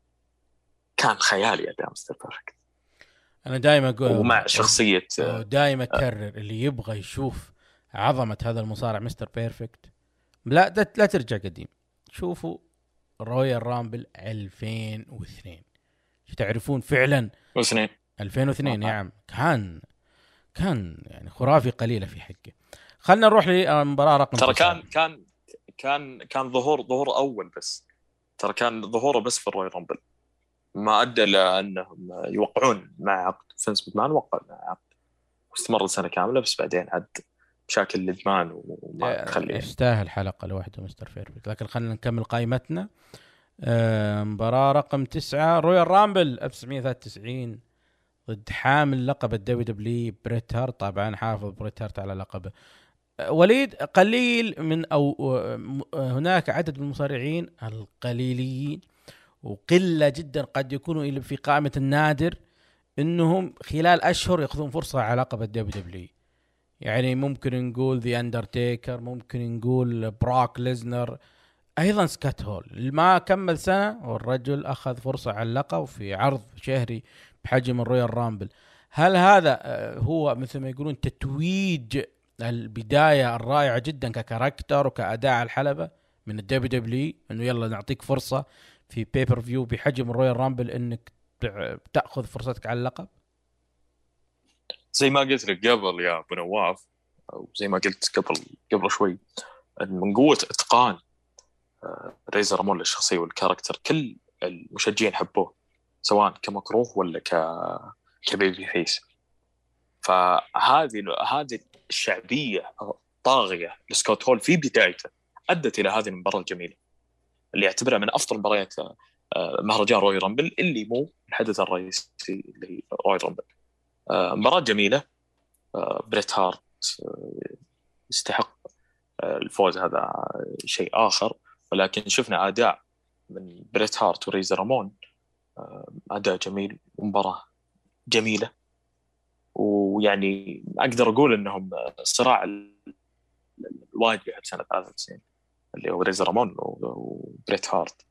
كان خيالي. اداء مستر بيرفكت انا دائما اقول ومع شخصيه دائما اكرر اللي يبغى يشوف عظمه هذا المصارع مستر بيرفكت لا ترجع قديم، شوفوا رويال رامبل 2002 تعرفون فعلا 2002 نعم كان يعني خرافي قليله في حقه. خلنا نروح لمباراه رقم ترى كان ظهور اول، بس ترى كان ظهوره بس في الرويال رامبل، ما ادى لانهم يوقعون مع عقد. فينس ماكمان وقع مع عقد واستمر سنه كامله، بس بعدين عاد مشاكل الادمان وما تخليه يستاهل حلقه لوحده مستر بيرفكت. لكن خلينا نكمل قائمتنا. مباراه رقم 9 رويال رامبل 1993 ضد حامل لقب الدبليو دبليو بريت هارت. طبعا حافظ بريت هارت على لقبه. وليد قليل من او هناك عدد من المصارعين القليلين وقله جدا قد يكونوا في قائمه النادر انهم خلال اشهر ياخذون فرصه على لقب الدبليو دبليو. يعني ممكن نقول ذا اندرتيكر، ممكن نقول براك ليزنر، ايضا سكوت هول ما كمل سنه والرجل اخذ فرصه على اللقب في عرض شهري بحجم الرويال رامبل. هل هذا هو مثل ما يقولون تتويج البدايه الرائعه جدا ككاركتر وكاداء على الحلبه من الدبليو دبليو، انه يلا نعطيك فرصه في بيبر فيو بحجم الرويال رامبل انك تاخذ فرصتك على اللقب؟ زي ما قلت لك قبل يا ابو نواف، او زي ما قلت قبل شوي، من قوه اتقان ريزر رامون للشخصيه والكاركتر كل المشجعين حبوه، سواء كمكروه ولا كبيبي فيس. فهذه الشعبيه طاغيه لسكوت هول في بدايته ادت الى هذه المباراه الجميله. اللي يعتبرها من افضل مباريات مهرجان روي رامبل، اللي مو الحدث الرئيسي اللي هي روي رامبل. مباراة جميلة. بريت هارت يستحق الفوز، هذا شيء آخر، ولكن شفنا أداء من بريت هارت وريزر رامون، أداء جميل ومباراة جميلة. ويعني أقدر أقول أنهم صراع الوايد بيحب سنة 93 اللي هو ريزر رامون وبريت هارت.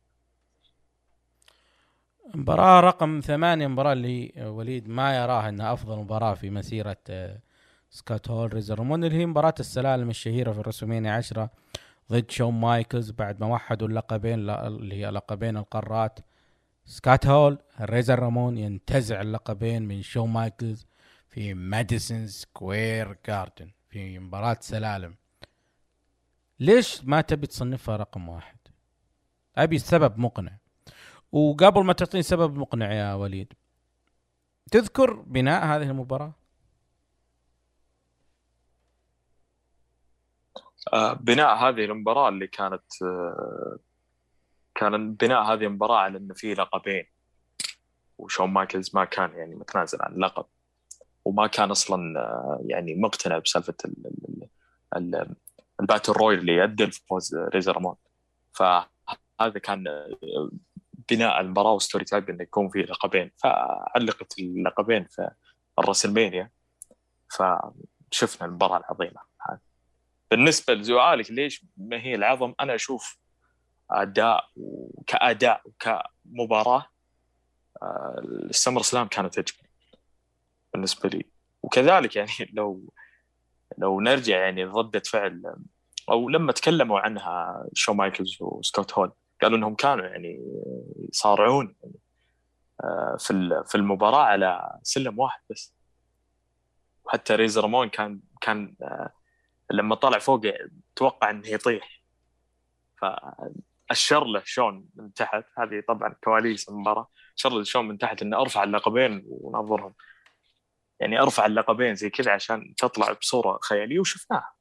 مباراة رقم 8، مباراة اللي وليد ما يراها أنها أفضل مباراة في مسيرة سكوت هول ريزر رامون، اللي هي مباراة السلالم الشهيرة في الرسومينيا 10 ضد شون مايكلز، بعد ما وحدوا اللقبين اللي هي لقبين القارات. سكوت هول ريزر رامون ينتزع اللقبين من شون مايكلز في ماديسون سكوير جاردن في مباراة سلالم. ليش ما تبي تصنفها رقم 1؟ أبي سبب مقنع. وقبل ما تعطيني سبب مقنع يا وليد، تذكر بناء هذه المباراة؟ بناء هذه المباراة اللي كان بناء هذه المباراة على أن في لقبين، وشون مايكلز ما كان يعني متنازل عن اللقب، وما كان أصلا يعني مقتنع بسالفة الباتل رويال اللي يؤدي الفوز ريزر رامون. فهذا كان بناء المباراة وستوري تايب إنه يكون فيه لقبين، فعلقت اللقبين في الرسلمانيا، فشفنا المباراة العظيمة. بالنسبة لسؤالك ليش ما هي العظم، أنا أشوف أداء وكمباراة السمر سلام كانت أجمل بالنسبة لي. وكذلك يعني لو نرجع يعني ردة فعل أو لما تكلموا عنها شون مايكلز وسكوت هول، قالوا إنهم كانوا يعني يصارعون في المباراة على سلم واحد بس. وحتى ريزر رامون كان لما طلع فوق توقع إنه يطيح، فأشر له شون من تحت. هذه طبعا كواليس المباراة. أشر له شون من تحت إنه أرفع اللقبين ونظرهم، يعني أرفع اللقبين زي كذا عشان تطلع بصورة خيالية، وشفناها.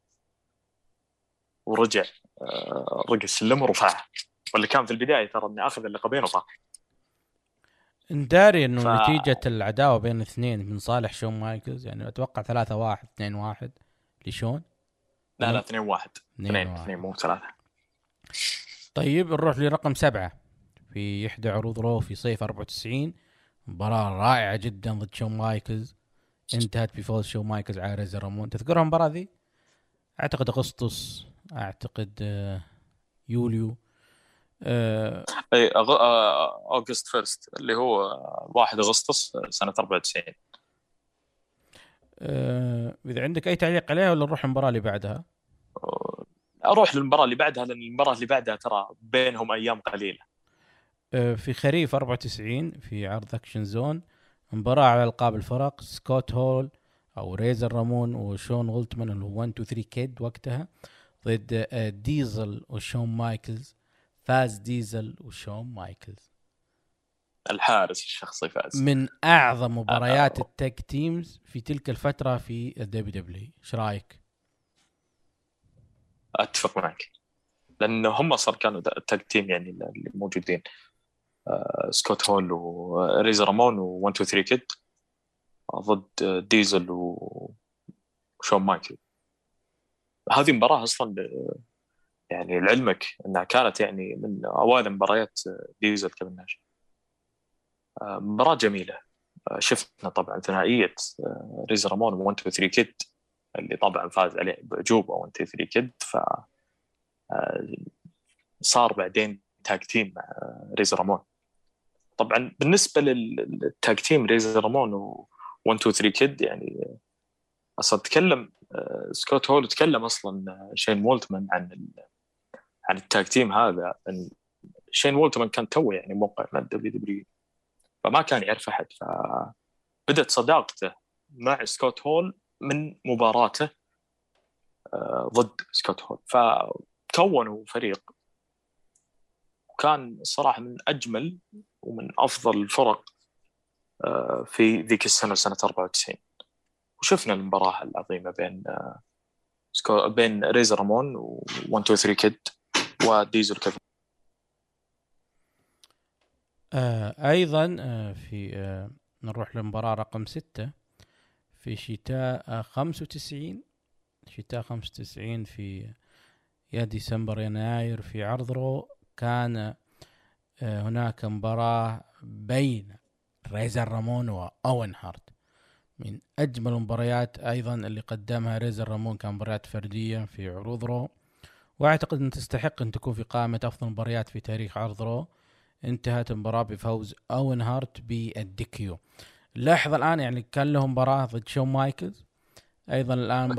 ورجع رقى السلم ورفعها، واللي كان في البداية ترى إنه أخذ اللقبين وطاح. نداري إنه نتيجة العداوة بين الاثنين من صالح شون مايكلز، يعني أتوقع 3-1 2-1 لشون. لا 2-1 2 مو 3. طيب نروح لرقم 7 في إحدى عروض رو في صيف 94. مباراة رائعة جدا ضد شون مايكلز، انتهت بفوز شون مايكلز على ريزر رامون. تذكرها المباراة ذي؟ أعتقد أغسطس، أعتقد يوليو، أغسطس فيرست، اللي هو 1 أغسطس سنة 94. إذا عندك أي تعليق عليها ولا نروح المباراة اللي بعدها؟ أروح للمباراة اللي بعدها، لأن المباراة اللي بعدها ترى بينهم أيام قليلة. في خريف 94 في عرض أكشن زون، مباراة على ألقاب الفرق، سكوت هول أو ريزر رامون وشون غولتمان اللي هو 1 2 3 كيد وقتها ضد ديزل وشون مايكلز. فاز ديزل وشون مايكلز، الحارس الشخصي فاز. من أعظم مباريات التاج تيمز في تلك الفترة في الدبليو دبليو. إيش رأيك؟ أتفق معك، لأنه هم صار كانوا التاج تيم يعني اللي موجودين، سكوت هول وريزر رامون و1 2 3 كيد ضد ديزل وشون مايكل. هذه مباراة أصلا يعني لعلمك أنها كانت يعني من أوائل مباريات ديزل كيفن ناش. مباراة جميلة. شفنا طبعا ثنائية ريزر رامون و1 2 3 كيد اللي طبعا فاز عليه بعجوبة 1 2 3 كيد، صار بعدين تاج تيم مع ريزر رامون. طبعا بالنسبة للتاج تيم ريزر رامون و1 2 3 كيد، يعني أصلا تكلم سكوت هول تكلم أصلا شين وولتمان عن التاج تيم هذا. إن شين وولتمان كان توه يعني موقع مع الدبليو دبليو، فما كان يعرف أحد، فبدأت صداقته مع سكوت هول من مباراته ضد سكوت هول، فكونوا فريق. وكان الصراحة من أجمل ومن أفضل الفرق في ذيك السنة، سنة 94. وشفنا المباراة العظيمة بين ريزر رامون و1 2 3 كيد وديزل كيفن. أيضا في نروح للمباراة رقم 6 في شتاء 95. شتاء 95 في يا ديسمبر يناير في عرض رو، كان هناك مباراة بين ريزر رامون وأوين هارت، من أجمل المباريات أيضا اللي قدمها ريزر رامون. كان مباريات فردية في عروض رو، وأعتقد أن تستحق أن تكون في قائمة أفضل مباريات في تاريخ عرض رو. انتهت المباراة بفوز أوين هارت بالديكيو. لاحظ الآن يعني كان له مباراة ضد شون مايكلز أيضا الآن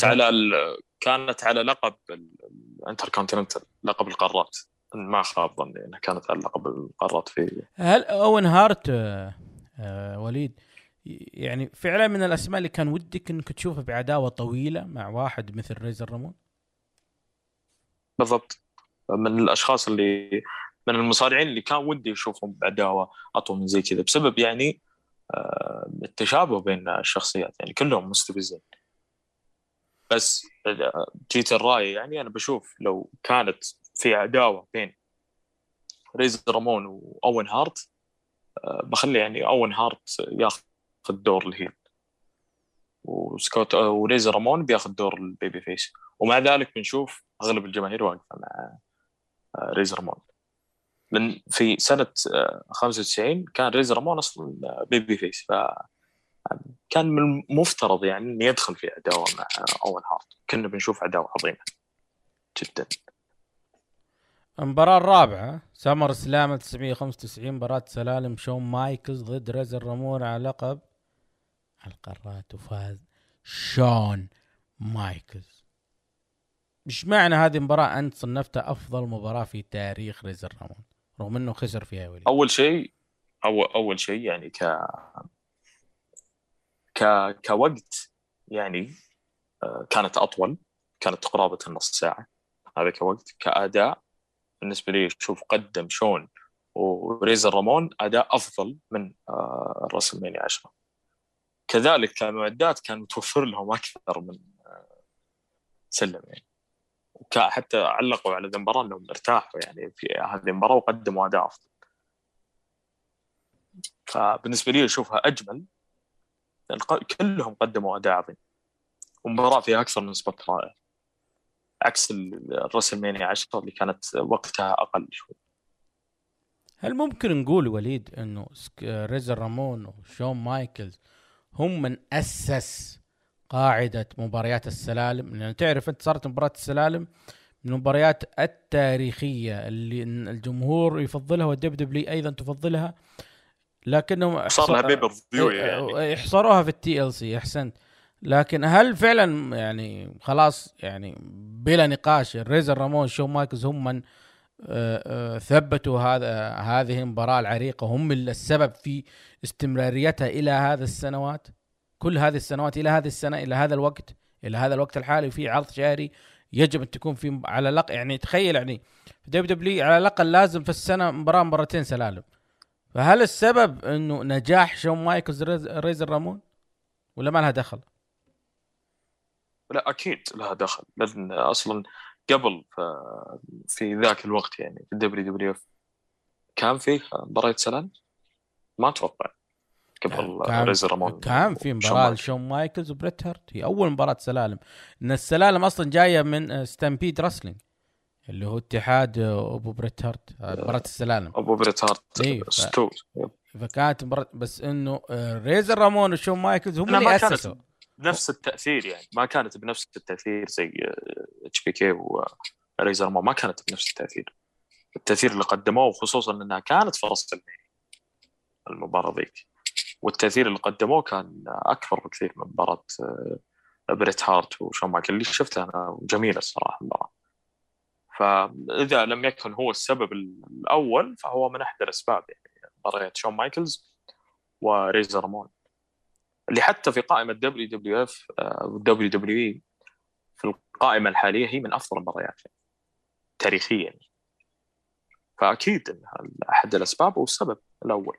كانت على لقب الانتركونتيننتال، لقب القارات، ما خاب ظني انها كانت على لقب القارات. في هل أوين هارت وليد يعني فعلا من الأسماء اللي كان ودك انك تشوفه بعداوة طويلة مع واحد مثل ريزر رامون؟ بالضبط، من الاشخاص اللي من المصارعين اللي كان ودي يشوفهم بعداوة اطول من زي كذا، بسبب يعني التشابه بين الشخصيات، يعني كلهم مستفزين. بس جيت الرأي يعني أنا بشوف لو كانت في عداوة بين ريزر رامون وأوين هارت، بخلي يعني أوين هارت ياخذ دور الهيل، وسكوت وريزر رامون بياخذ دور البيبي فيس، ومع ذلك بنشوف أغلب الجماهير واقفة مع ريزر رامون. لأن في سنة 95 كان ريزر رامون أصلا بيبي فيس، كان من المفترض يعني أن يدخل في عداوة مع أوين هارت. كنا بنشوف عداوة عظيمة جدا. المباراة الرابعة سمر سلام 995، مباراة سلالم شون مايكلز ضد ريزر رامون على لقب القارات، وفاز شون مايكلز. مش معنى هذه المباراة أنت صنفتها أفضل مباراة في تاريخ ريزر رامون رغم أنه خسر فيها ولي؟ أول شيء يعني كوقت يعني كانت أطول، كانت قرابة النص ساعة. هذا كوقت. كأداء بالنسبة لي شوف قدم شون وريزر رامون أداء أفضل من الرسلمانيا 10. كذلك كمعدات كان متوفر لهم أكثر من سلم يعني، حتى علقوا على المباراة أنهم ارتاحوا يعني في هذه المباراة وقدموا أداء أفضل. فبالنسبة لي أشوفها أجمل، كلهم قدموا أداء عظيم، ومباراة فيها أكثر من سبوت رائع، عكس الرسلمانيا 10 اللي كانت وقتها أقل شوي. هل ممكن نقول وليد أنه ريزر رامون وشون مايكلز هم من أسس قاعدة مباريات السلالم؟ لأن تعرف أنت صارت مباراة السلالم من المباريات التاريخية اللي الجمهور يفضلها والدبليو أيضا تفضلها، لكنهم صار لها بيبر فيو يعني يحصروها في التي ال سي. أحسنت. لكن هل فعلا يعني خلاص يعني بلا نقاش الريزر رامون شون مايكلز هم من ثبتوا هذه المباراة العريقة، هم السبب في استمراريتها إلى هذه السنوات، كل هذه السنوات إلى هذه السنة، إلى هذا الوقت الحالي، وفي عرض شهري يجب أن تكون في على الأقل يعني تخيل يعني في دبليو على الأقل لازم في السنة مرتين سلالم. فهل السبب إنه نجاح شون مايكلز ريزر رامون ولا ما لها دخل؟ لا أكيد لها دخل، لأن أصلا قبل في ذاك الوقت يعني في الدبليو كان فيه مباراة سلام، ما أتوقع قبل ريزر رامون كان في مباراة شون مايكلز وبريت هارت، هي أول مباراة سلالم. إن السلالم أصلا جاية من ستامبيد رسلينج اللي هو اتحاد أبو بريت هارت، مباراة السلالم أبو بريت هارت فكانت مباراة، بس إنه ريزر رامون وشون مايكلز هم اللي أسسوا نفس التأثير، يعني ما كانت بنفس التأثير زي اتش بي كي وريزر رامون، ما كانت بنفس التأثير اللي قدموه، وخصوصا أنها كانت في رأس المباراة ذيك، والتأثير اللي قدموه كان أكبر بكثير من مباراة بريت هارت وشون مايكل اللي شفتها أنا جميلة الصراحة المباراة. فإذا لم يكن هو السبب الأول فهو من أحد الأسباب، يعني مباراة شون مايكلز وريزر رامون اللي حتى في قائمة WWF WWE في القائمة الحالية هي من أفضل المباريات تاريخيا. فأكيد أنها أحد الأسباب والسبب الأول.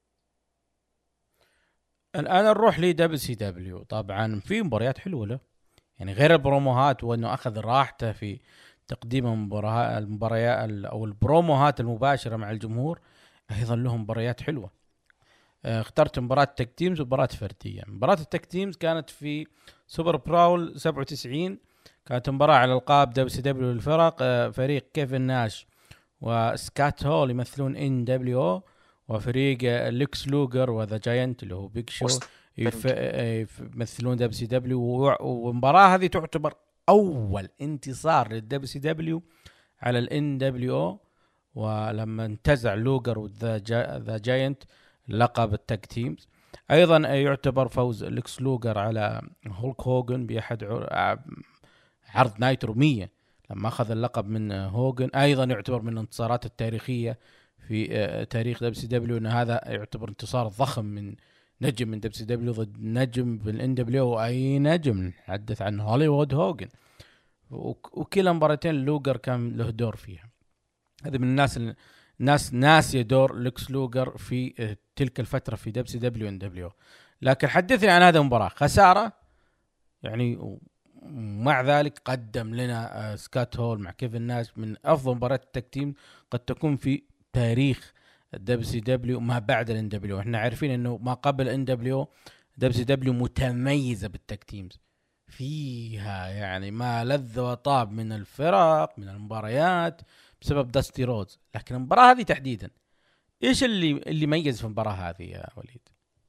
الآن نروح لي WCW. طبعا في مباريات حلوة له، يعني غير البروموهات وأنه أخذ راحته في تقديم المباريات أو البروموهات المباشرة مع الجمهور، ايضا لهم مباريات حلوه. اخترت مباراة تاج تيمز ومباراة فردية. مباراة التاج تيمز كانت في سوبر براول 97، كانت مباراة على القاب WCW للفرق. فريق كيفن ناش وسكات هول يمثلون NWO، وفريق ليكس لوجر وذا جاينت اللي هو بيج شو يمثلون WCW. والمباراة هذه تعتبر أول انتصار للWCW على الNWO، ولما انتزع لوجر وذا جاينت لقب التاج تيمز. ايضا يعتبر فوز ليكس لوجر على هولك هوجن باحد عرض نايترو 100 لما اخذ اللقب من هوجن. ايضا يعتبر من الانتصارات التاريخيه في تاريخ WCW، ان هذا يعتبر انتصار ضخم من نجم من WCW ضد نجم بالNWO، واي نجم نتحدث عن هوليوود هوجن. وكلا مباراتين لوجر كان له دور فيها. هذا من الناس ناسي دور ليكس لوجر في تلك الفترة في WCW NWO. لكن حدثني عن هذه المباراة. خسارة يعني، مع ذلك قدم لنا سكات هول مع كيفن ناش من أفضل مباراة التاج تيم قد تكون في تاريخ WCW ما بعد NWO. احنا عارفين انه ما قبل NWO WCW متميزة بالتاج تيمز، فيها يعني ما لذ وطاب من الفرق من المباريات بسبب داستي روز. لكن المباراة هذه تحديدا ايش اللي ميز في المباراة هذه يا وليد؟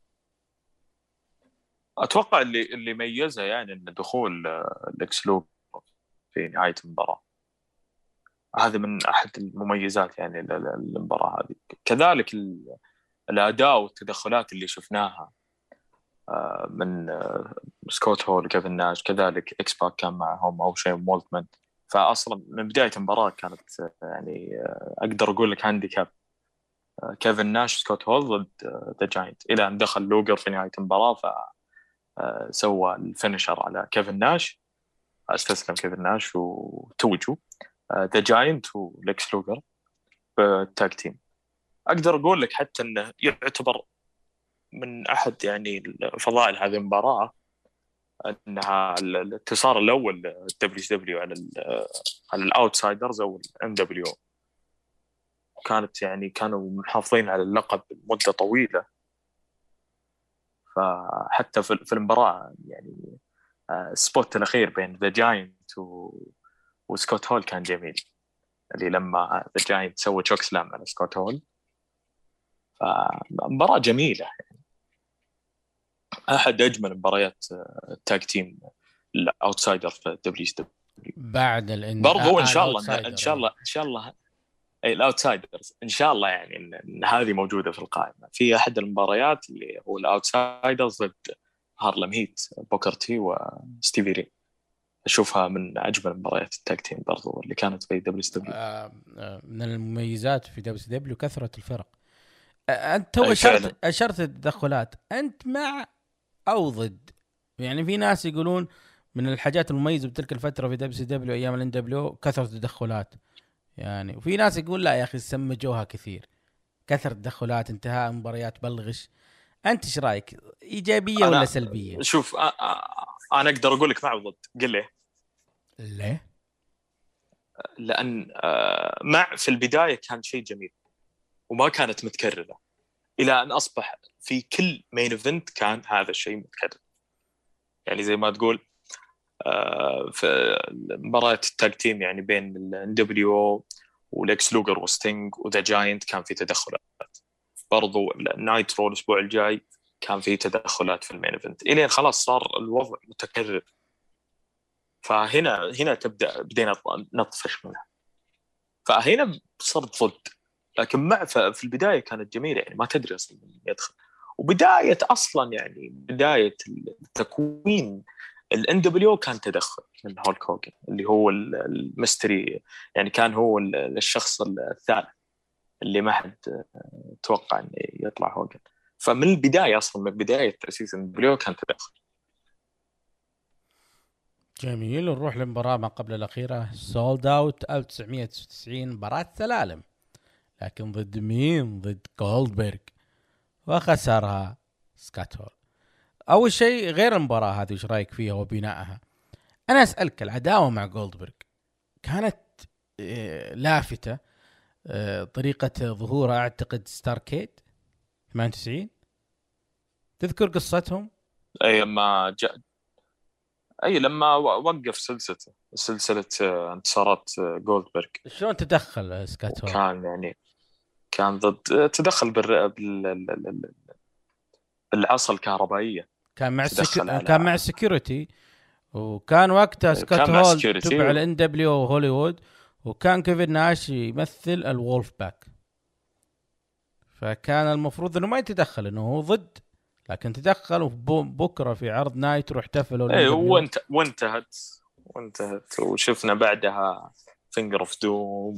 اتوقع اللي ميزها يعني ان دخول ليكس لوجر في نهاية المباراة، هذا من احد المميزات يعني المباراة هذه. كذلك الاداء والتدخلات اللي شفناها من سكوت هول وكيفن ناش، كذلك اكس باك كان معهم او شيء مولتمان. فاصلا من بدايه المباراه كانت يعني اقدر اقول لك هانديكاب كيفن ناش سكوت هول ضد ذا جاينت، الى ان دخل لوجر في نهايه المباراه فسوى الفينشر على كيفن ناش، استسلم كيفن ناش وتوجوا ذا جاينت وليكس لوجر بالتاج تيم. اقدر اقول لك حتى انه يعتبر من احد يعني فضائل هذه المباراه انها الانتصار الاول WCW على الاوتسايدرز او NWO. كانت يعني كانوا محافظين على اللقب مده طويله، فحتى في المباراه يعني السبوت الاخير بين ذا جاينت وسكوت هول كان جميل، اللي لما ذا جاينت سوى تشوك سلام على سكوت هول. فمباراه جميله يعني، احد اجمل مباريات التاج تيم الاوتسايدر في WCW بعد برضو ان شاء الله الاوتسايدرز ان شاء الله يعني إن هذه موجوده في القائمه في احد المباريات اللي هو الاوتسايدرز ضد هارلم هيت بوكر تي وستيفي ري. اشوفها من اجمل مباريات التاج تيم برضو اللي كانت في WCW. من المميزات في WCW كثره الفرق. انت اشرت التدخلات، انت مع او ضد؟ يعني في ناس يقولون من الحاجات المميزه بتلك الفتره في WCW ايام الNWO كثره التدخلات يعني، وفي ناس يقول لا يا اخي سمجوها كثير، كثره التدخلات انتهاء مباريات بلغش. انت ايش رايك، ايجابيه ولا سلبيه؟ شوف انا اقدر اقول لك مع وضد. قل ليه؟ لان مع في البدايه كان شيء جميل وما كانت متكرره، الى ان اصبح في كل مين ايفنت كان هذا الشيء متكرر. يعني زي ما تقول في مباراة التاج تيم يعني بين NWO وليكس لوجر وستينج وذا جاينت كان في تدخلات. برضو النايترو الاسبوع الجاي كان في تدخلات في المين ايفنت، الين خلاص صار الوضع متكرر. فهنا بدينا نطفش منها، فهنا صرت ضد. لكن مع في البدايه كانت جميله يعني، ما تدري اصلا من يدخل. وبدايه اصلا يعني بدايه التكوين NWO كان تدخل من هولك هوجن اللي هو الميستري يعني، كان هو الشخص الثالث اللي ما حد توقع انه يطلع هوجن. فمن البدايه اصلا من بدايه تاسيس NWO كان تدخل. جميل. نروح للمباراة ما قبل الأخيرة، سولد أوت 1999، مباراة سلالم، لكن ضد مين؟ ضد جولدبرغ، وخسرها سكات هول. أول شيء غير المباراة هذه وش رأيك فيها وبنائها؟ أنا أسألك، العداوة مع جولدبرغ كانت لافتة طريقة ظهوره أعتقد ستاركيد 98. تذكر قصتهم؟ أي ما جاء، أي لما وقف سلسلة انتصارات جولدبرغ. شلون تدخل سكوت هول؟ كان يعني كان ضد، تدخل بالعصا الكهربائية. كان مع السكيورتي، وكان وقتها سكوت هول تبع الان دبليو هوليوود، وكان كيفن ناش يمثل الولف باك، فكان المفروض انه ما يتدخل، انه هو ضد، لكن تدخل. وبكره في عرض نايترو احتفلوا. اي وانتهت وشفنا بعدها فينجر اوف دوم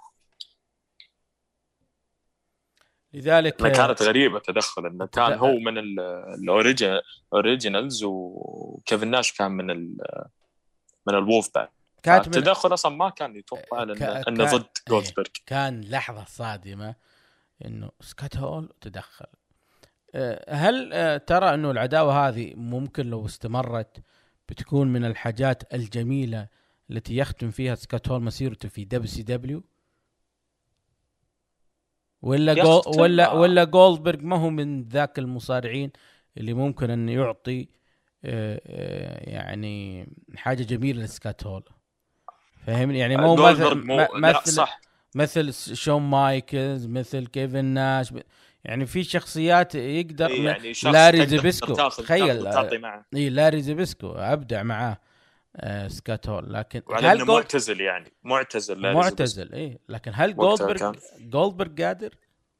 لذلك كانت غريبة تدخل، انه كان هو من الاوريجينالز وكيفن ناش كان من الوولف باك. التدخل اصلا ما كان يتوقع انه ضد جولدبرغ. كان لحظة صادمة انه سكوت هول تدخل. هل ترى انه العداوة هذه ممكن لو استمرت بتكون من الحاجات الجميلة التي يختم فيها سكوت هول مسيرته في دبليو؟ ولا جولدبرغ ما هو من ذاك المصارعين اللي ممكن أن يعطي يعني حاجة جميلة لسكوت هول؟ فهمني يعني مو مثل شون مايكلز، مثل كيفن ناش، يعني في شخصيات يقدر يعني لاري زيبسكو، تخيل لاري زيبسكو أبدع معاه سكوت هول. لكن هل معتزل يعني معتزل إيه، لكن هل جولدبرغ قادر؟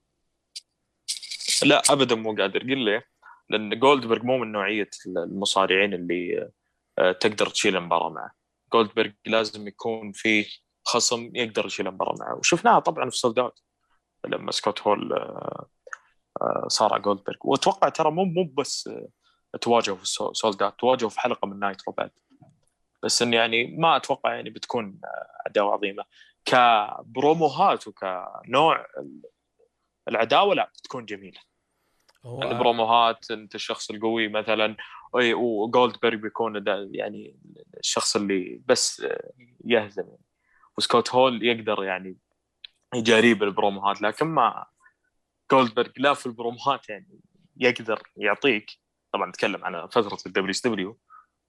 لا ابدا مو قادر. قل لي، لان جولدبرغ مو من نوعيه المصارعين اللي تقدر تشيل المباراه معه. جولدبرغ لازم يكون في خصم يقدر يشيل المباراه معه، وشفناها طبعا في سولد اوت لما سكوت هول صارع جولدبرغ. واتوقع ترى مو بس تواجهوا في سولد اوت، تواجهوا في حلقه من نايترو بعد. بس ان يعني ما اتوقع يعني بتكون عداوه عظيمه كبروموهات وكنوع العداوه، لا بتكون جميله. البروموهات انت الشخص القوي مثلا، وجولدبرغ بيكون يعني الشخص اللي بس يهزم، وسكوت هول يقدر يعني يجاري بالبروموهات. لكن ما جولدبرغ لا في البروموهات يعني يقدر يعطيك، طبعا نتكلم عن فتره الدبليو دبليو،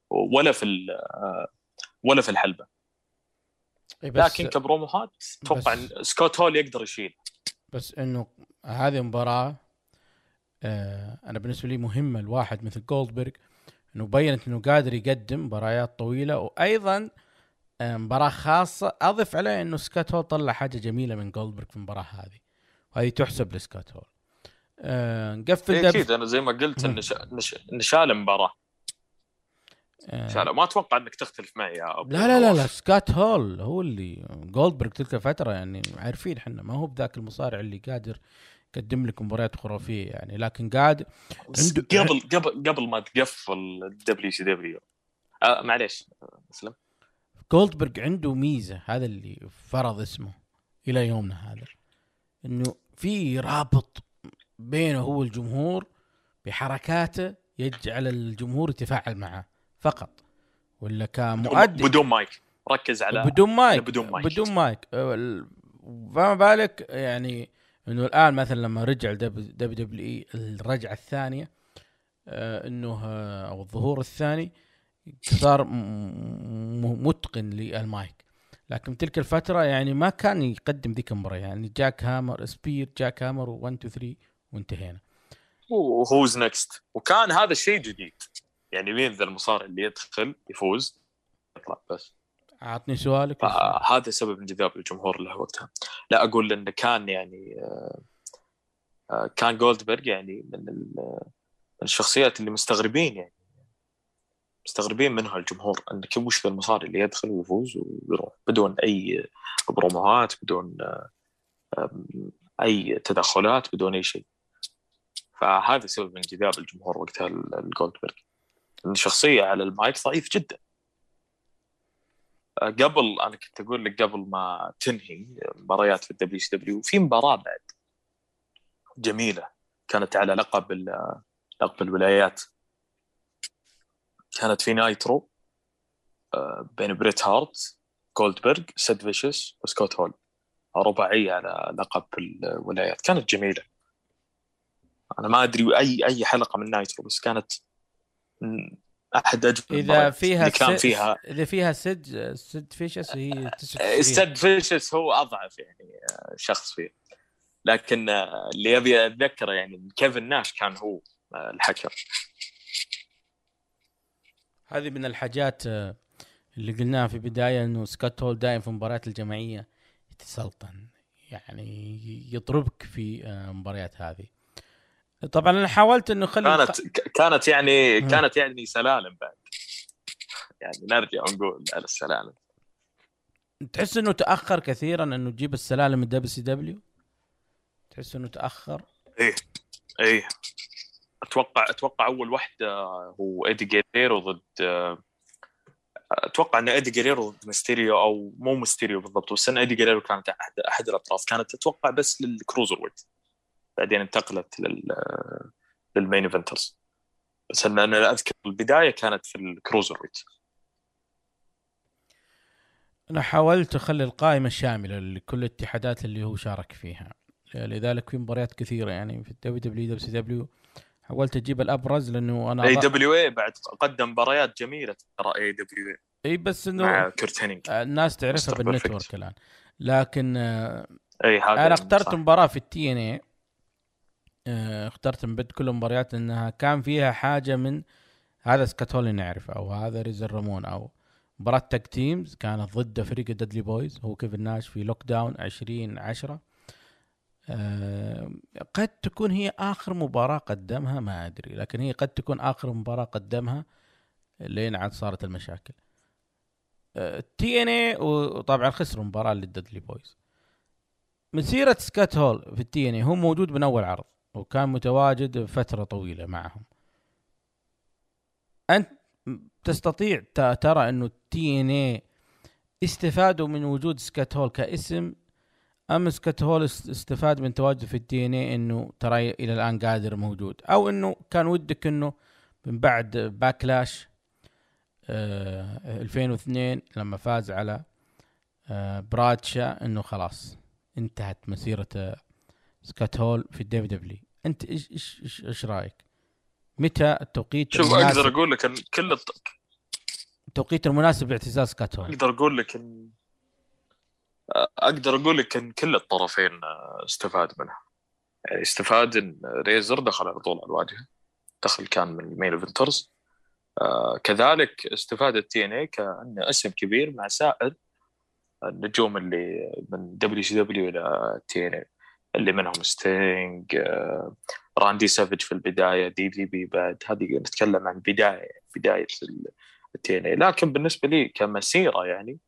ولا في الحلبه. لكن كبروموهات اتوقع سكوت هول يقدر يشيل. بس انه هذه مباراه انا بالنسبه لي مهمه. الواحد مثل جولدبرغ انه بينت انه قادر يقدم مباريات طويله، وايضا مباراه خاصه. اضف عليه انه سكوت هول طلع حاجه جميله من جولدبرغ في المباراه هذه، وهذه تحسب لسكوت هول. نقفل اكيد. انا زي ما قلت نشال المباراه، ما اتوقع انك تختلف معي يا أبو. لا سكوت هول هو اللي جولدبرغ تلك الفتره يعني عارفين احنا ما هو بذاك المصارع اللي قادر يقدم لك مباريات خرافيه يعني، لكن قاعد قبل ما تقفل الدبليو سي دبليو معليش مسلم، جولدبرغ عنده ميزه، هذا اللي فرض اسمه الى يومنا هذا، انه في رابط بينه هو الجمهور بحركاته يجعل الجمهور يتفاعل معه فقط، ولا كمؤدي بدون مايك. ركز على بدون مايك. فما بالك يعني انه الان مثلا لما رجع دبليو اي الرجعه الثانيه انه او الظهور الثاني صار متقن للمايك، لكن تلك الفتره يعني ما كان يقدم ذيك المباراه، يعني جاك هامر سبير جاك هامر 1 2 3 وانتهينا. وهوز نكست، وكان هذا الشيء جديد يعني. مين ذا المصارع اللي يدخل يفوز يطلع بس؟ اعطني سؤالك. هذا سبب انجذاب الجمهور له وقتها. لا اقول انه كان يعني كان جولدبرغ يعني من الشخصيات اللي مستغربين منها الجمهور، ان كيف وش ذا المصارع اللي يدخل ويفوز ويروح بدون اي بروموهات، بدون اي تدخلات، بدون اي شيء. فهذا سبب انجذاب الجمهور وقتها الجولدبرغ، ان شخصيه على المايك ضعيف جدا. قبل انا كنت اقول لك قبل ما تنهي مباريات في الدبليو سي دبليو، في مباراه بعد جميله كانت على لقب الولايات، كانت في نايترو بين بريت هارت، جولدبرغ، سيد فيشس وسكوت هول. رباعية على لقب الولايات، كانت جميلة. أنا ما أدري أي حلقة من نايترو، بس كانت أحد أجمل المباريات اللي كان فيها. إذا فيها سد فيشس هي 99. سد فيشس هو أضعف يعني شخص فيه، لكن اللي أبي أتذكره يعني كيفن ناش كان هو الحكم. هذه من الحاجات اللي قلناها في بداية، إنه سكوت هول دائم في مباريات الجماعية يتسلطن، يعني يضربك في مباريات هذه. طبعا أنا حاولت إنه كانت يعني سلالم بعد، يعني نرجع ونقول على السلالم. تحس إنه تأخر كثيرا إنه تجيب السلالم من WCW؟ تحس إنه تأخر؟ إيه أتوقع أول واحدة هو إيدي جيريرو ضد أتوقع أن إيدي جيريرو ضد ميستيريو، أو مو ميستيريو بالضبط، بس أن إيدي جيريرو كانت أحد الأطراف، كانت أتوقع بس للكروزر ويت، بعدين انتقلت للمين إيفنترز. بس أنا أذكر البداية كانت في الكروزر ويت. أنا حاولت أخلي القائمة الشاملة لكل الاتحادات اللي هو شارك فيها، لذلك في مباريات كثيرة يعني في WCW حاولت أجيب الأبرز، لأنه أنا AWA بعد قدم مباريات جميلة ترى AWA. بس إنه مع كورت هينينج الناس تعرفها بالنتورك الآن، لكن أنا اخترت مباراة في TNA، اخترت من بين كل المباريات انها كان فيها حاجه من هذا سكوت هول نعرفه، او هذا ريزر رامون، او مباراه تاج تيمز كانت ضد فريق الدادلي بويز هو كيفن ناش في لوك داون 2010. قد تكون هي اخر مباراه قدمها، ما ادري، لكن هي قد تكون اخر مباراه قدمها لين عاد صارت المشاكل. TNA وطبعا خسروا مباراه للدادلي بويز. مسيره سكوت هول في TNA هو موجود من اول عرض، وكان متواجد فترة طويلة معهم. أنت تستطيع ترى أنه TNA استفادوا من وجود سكوت هول كاسم، أم سكوت هول استفاد من تواجد في TNA أنه ترى إلى الآن قادر موجود، أو أنه كان ودك أنه من بعد باكلاش 2002 لما فاز على برادشا أنه خلاص انتهت مسيرة سكوت هول في الدبليو. انت ايش رايك؟ متى التوقيت شوف المناسب؟ اقدر اقول لك ان كل التوقيت المناسب لاعتزاز سكوت هول. اقدر اقول لك ان كل الطرفين استفاد منها. يعني استفاد ان ريزر دخل على طول على الواجهه، دخل كان من المين ايفنترز. كذلك استفاد الTNA كأنه اسم كبير مع سائر النجوم اللي من WCW الى TNA، اللي منهم ستينج، راندي سافيج في البداية، DDP بعد. هذه نتكلم عن بداية الTNA. لكن بالنسبة لي كمسيرة يعني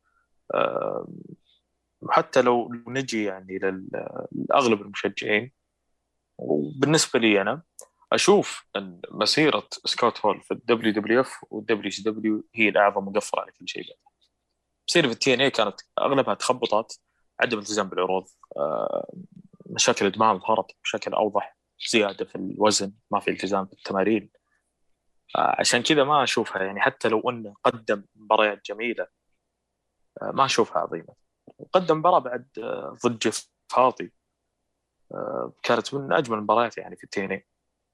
حتى لو نجي يعني لأغلب المشجعين، وبالنسبة لي أنا أشوف أن مسيرة سكوت هول في WWF والWCW هي الأعظم مقفرة على كل شيء. مسيرة في الTNA كانت أغلبها تخبطات، عدم التزام بالعروض، مشاكل إدمان ظهرت بشكل أوضح، زيادة في الوزن، ما في التزام بالتمارين. عشان كذا ما أشوفها يعني، حتى لو أنه قدم مباريات جميلة ما أشوفها عظيمة. قدم مباراة بعد ضد جيف هاردي كانت من أجمل المباريات يعني في الTNA.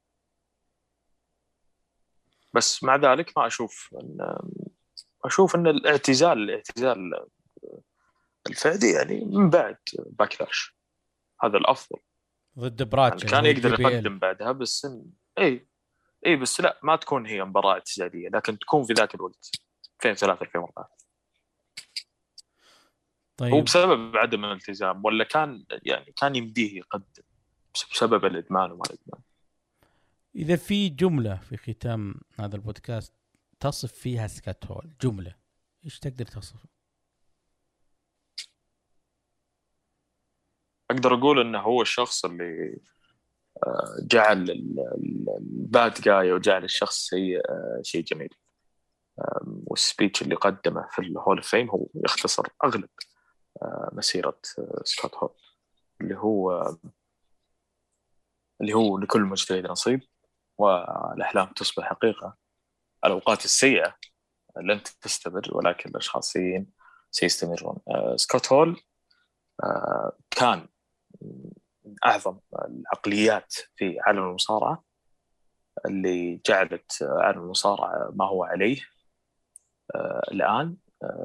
بس مع ذلك ما أشوف أن الاعتزال الفعلي يعني من بعد باكلاش هذا الأفضل. ضد براتش يعني كان يقدر يقدم بعدها، بس اي بس لا، ما تكون هي مباراة اعتزالية، لكن تكون في ذاك الوقت 2003 2004. طيب. هو بسبب عدم الالتزام، ولا كان يمديه يقدم بسبب الإدمان وما الإدمان؟ إذا في جملة في ختام هذا البودكاست تصف فيها سكوت هول، جملة إيش تقدر تصف؟ أقدر أقول إنه هو الشخص اللي جعل الباد جاي وجعل الشخص سيء شيء جميل. والسبيتش اللي قدمه في الهول اوف فيم هو يختصر أغلب مسيرة سكوت هول، اللي هو لكل مجتهد نصيب، والأحلام تصبح حقيقة، الأوقات السيئة لن تستمر ولكن الأشخاص سيئين سيستمرون. سكوت هول كان من أعظم العقليات في عالم المصارعة، اللي جعلت عالم المصارعة ما هو عليه الآن.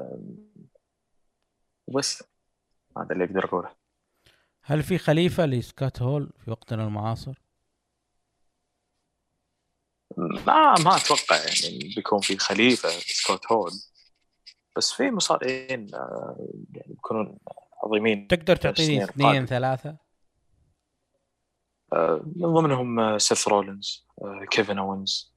وبس هذا اللي أقدر أقوله. هل في خليفة لسكوت هول في وقتنا المعاصر؟ ما أتوقع يعني بيكون في خليفة سكوت هول، بس في مصارعين يعني بيكونون عظيمين. تقدر تعطيني 2 3؟ من ضمنهم سيث رولينز، كيفن أوينز،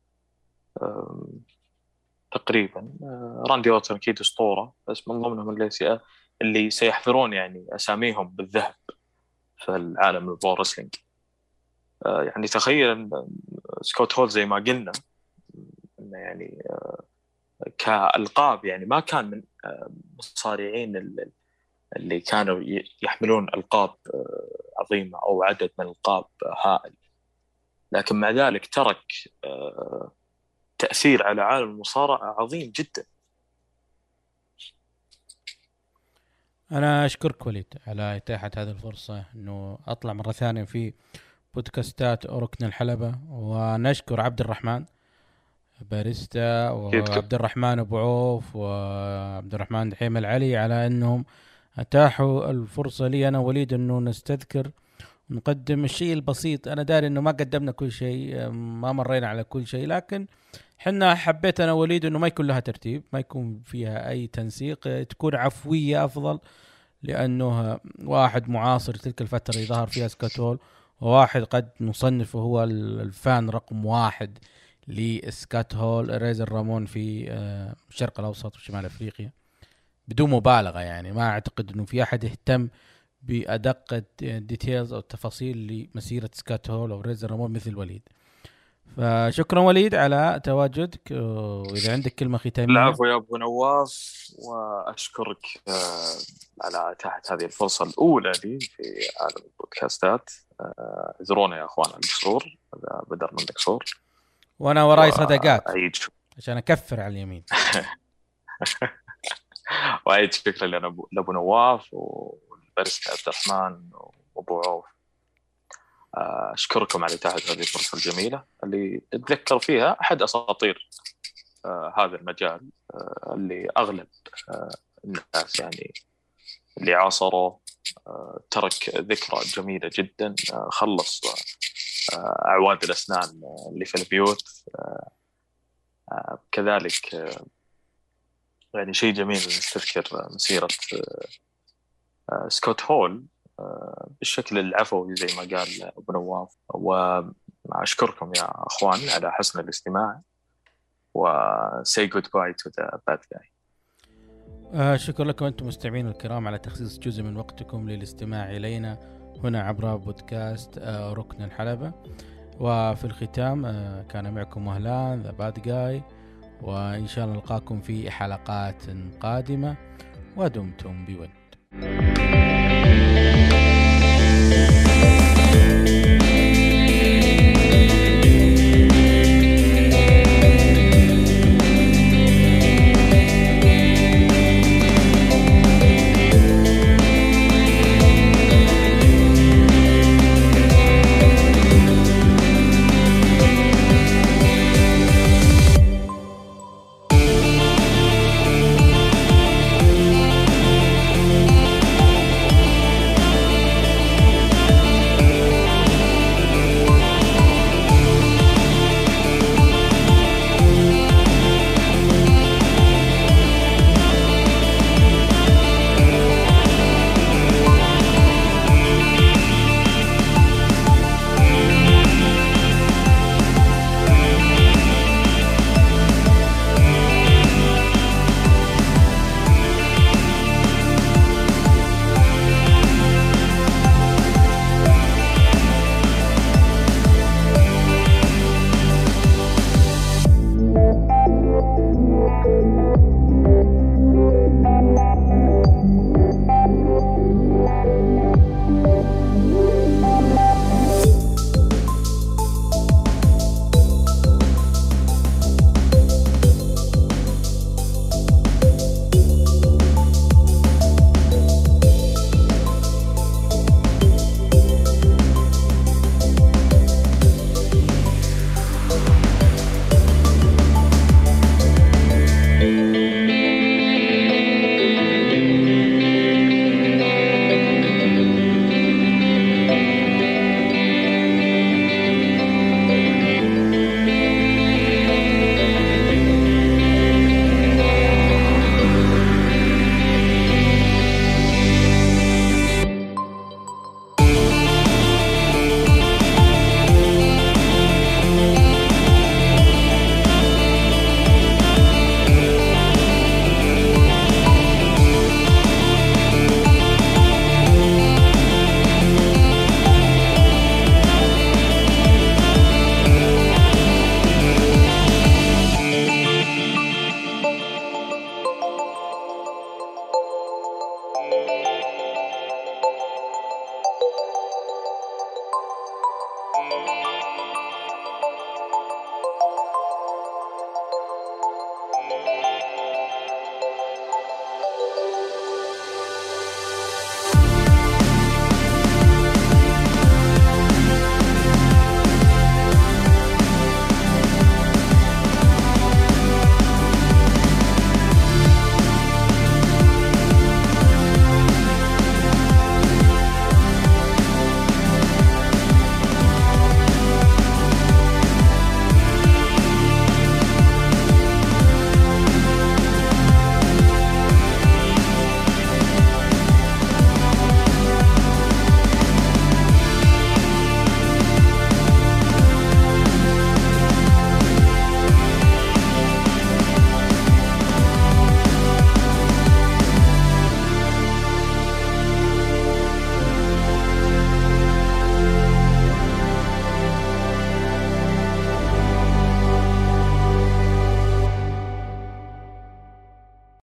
تقريبا راندي أورتن أكيد أسطورة، بس من ضمنهم اللي سيحفرون يعني أساميهم بالذهب في العالم البرو رسلينج. يعني تخيل سكوت هول زي ما قلنا يعني كألقاب، يعني ما كان من مصارعين اللي كانوا يحملون ألقاب عظيمة أو عدد من الألقاب هائل، لكن مع ذلك ترك تأثير على عالم المصارعة عظيم جدا. أنا أشكرك وليد على إتاحة هذه الفرصة إنه أطلع مرة ثانية في بودكاستات ركن الحلبة، ونشكر عبد الرحمن باريستا وعبد الرحمن أبو عوف وعبد الرحمن دحيم العلي على أنهم أتاحوا الفرصة لي أنا وليد أنه نستذكر نقدم الشيء البسيط. أنا داري أنه ما قدمنا كل شيء، ما مرينا على كل شيء، لكن حنا حبيت أنا وليد أنه ما يكون لها ترتيب، ما يكون فيها أي تنسيق، تكون عفوية أفضل، لأنه واحد معاصر تلك الفترة يظهر فيها سكوت هول، وواحد قد نصنفه هو الفان رقم 1 لسكوت هول، ريزر رامون في الشرق الأوسط وشمال أفريقيا بدون مبالغة. يعني ما أعتقد أنه في أحد يهتم بأدق الديتيلز أو التفاصيل لمسيرة سكوت هول أو ريزر رامون مثل وليد. فشكرا وليد على تواجدك، وإذا عندك كلمة ختامية. العفو يا أبو نواف، وأشكرك على إتاحة هذه الفرصة الأولى لي في عالم البودكاستات. اعذرونا يا أخوان القصور، بدر من القصور، وأنا وراي صدقات عشان أكفر على اليمين. وأعيد شكرا لأبو نواف والباريستا عبد الرحمن وأبو عوف. أشكركم على إتاحة هذه الفرصة الجميلة اللي أتذكر فيها أحد أساطير هذا المجال، اللي أغلب الناس يعني اللي عاصره ترك ذكرى جميلة جدا، خلص أعواد الأسنان اللي في البيوت. كذلك يعني شيء جميل نستذكر مسيرة سكوت هول بالشكل العفوي زي ما قال أبو نواف. وأشكركم يا أخوان على حسن الاستماع، و say goodbye to the bad guy. شكرا لكم أنتم مستمعين الكرام على تخصيص جزء من وقتكم للاستماع إلينا هنا عبر بودكاست ركن الحلبة. وفي الختام كان معكم وهلان ذا باد جاي، وإن شاء الله نلقاكم في حلقات قادمة، ودمتم بود.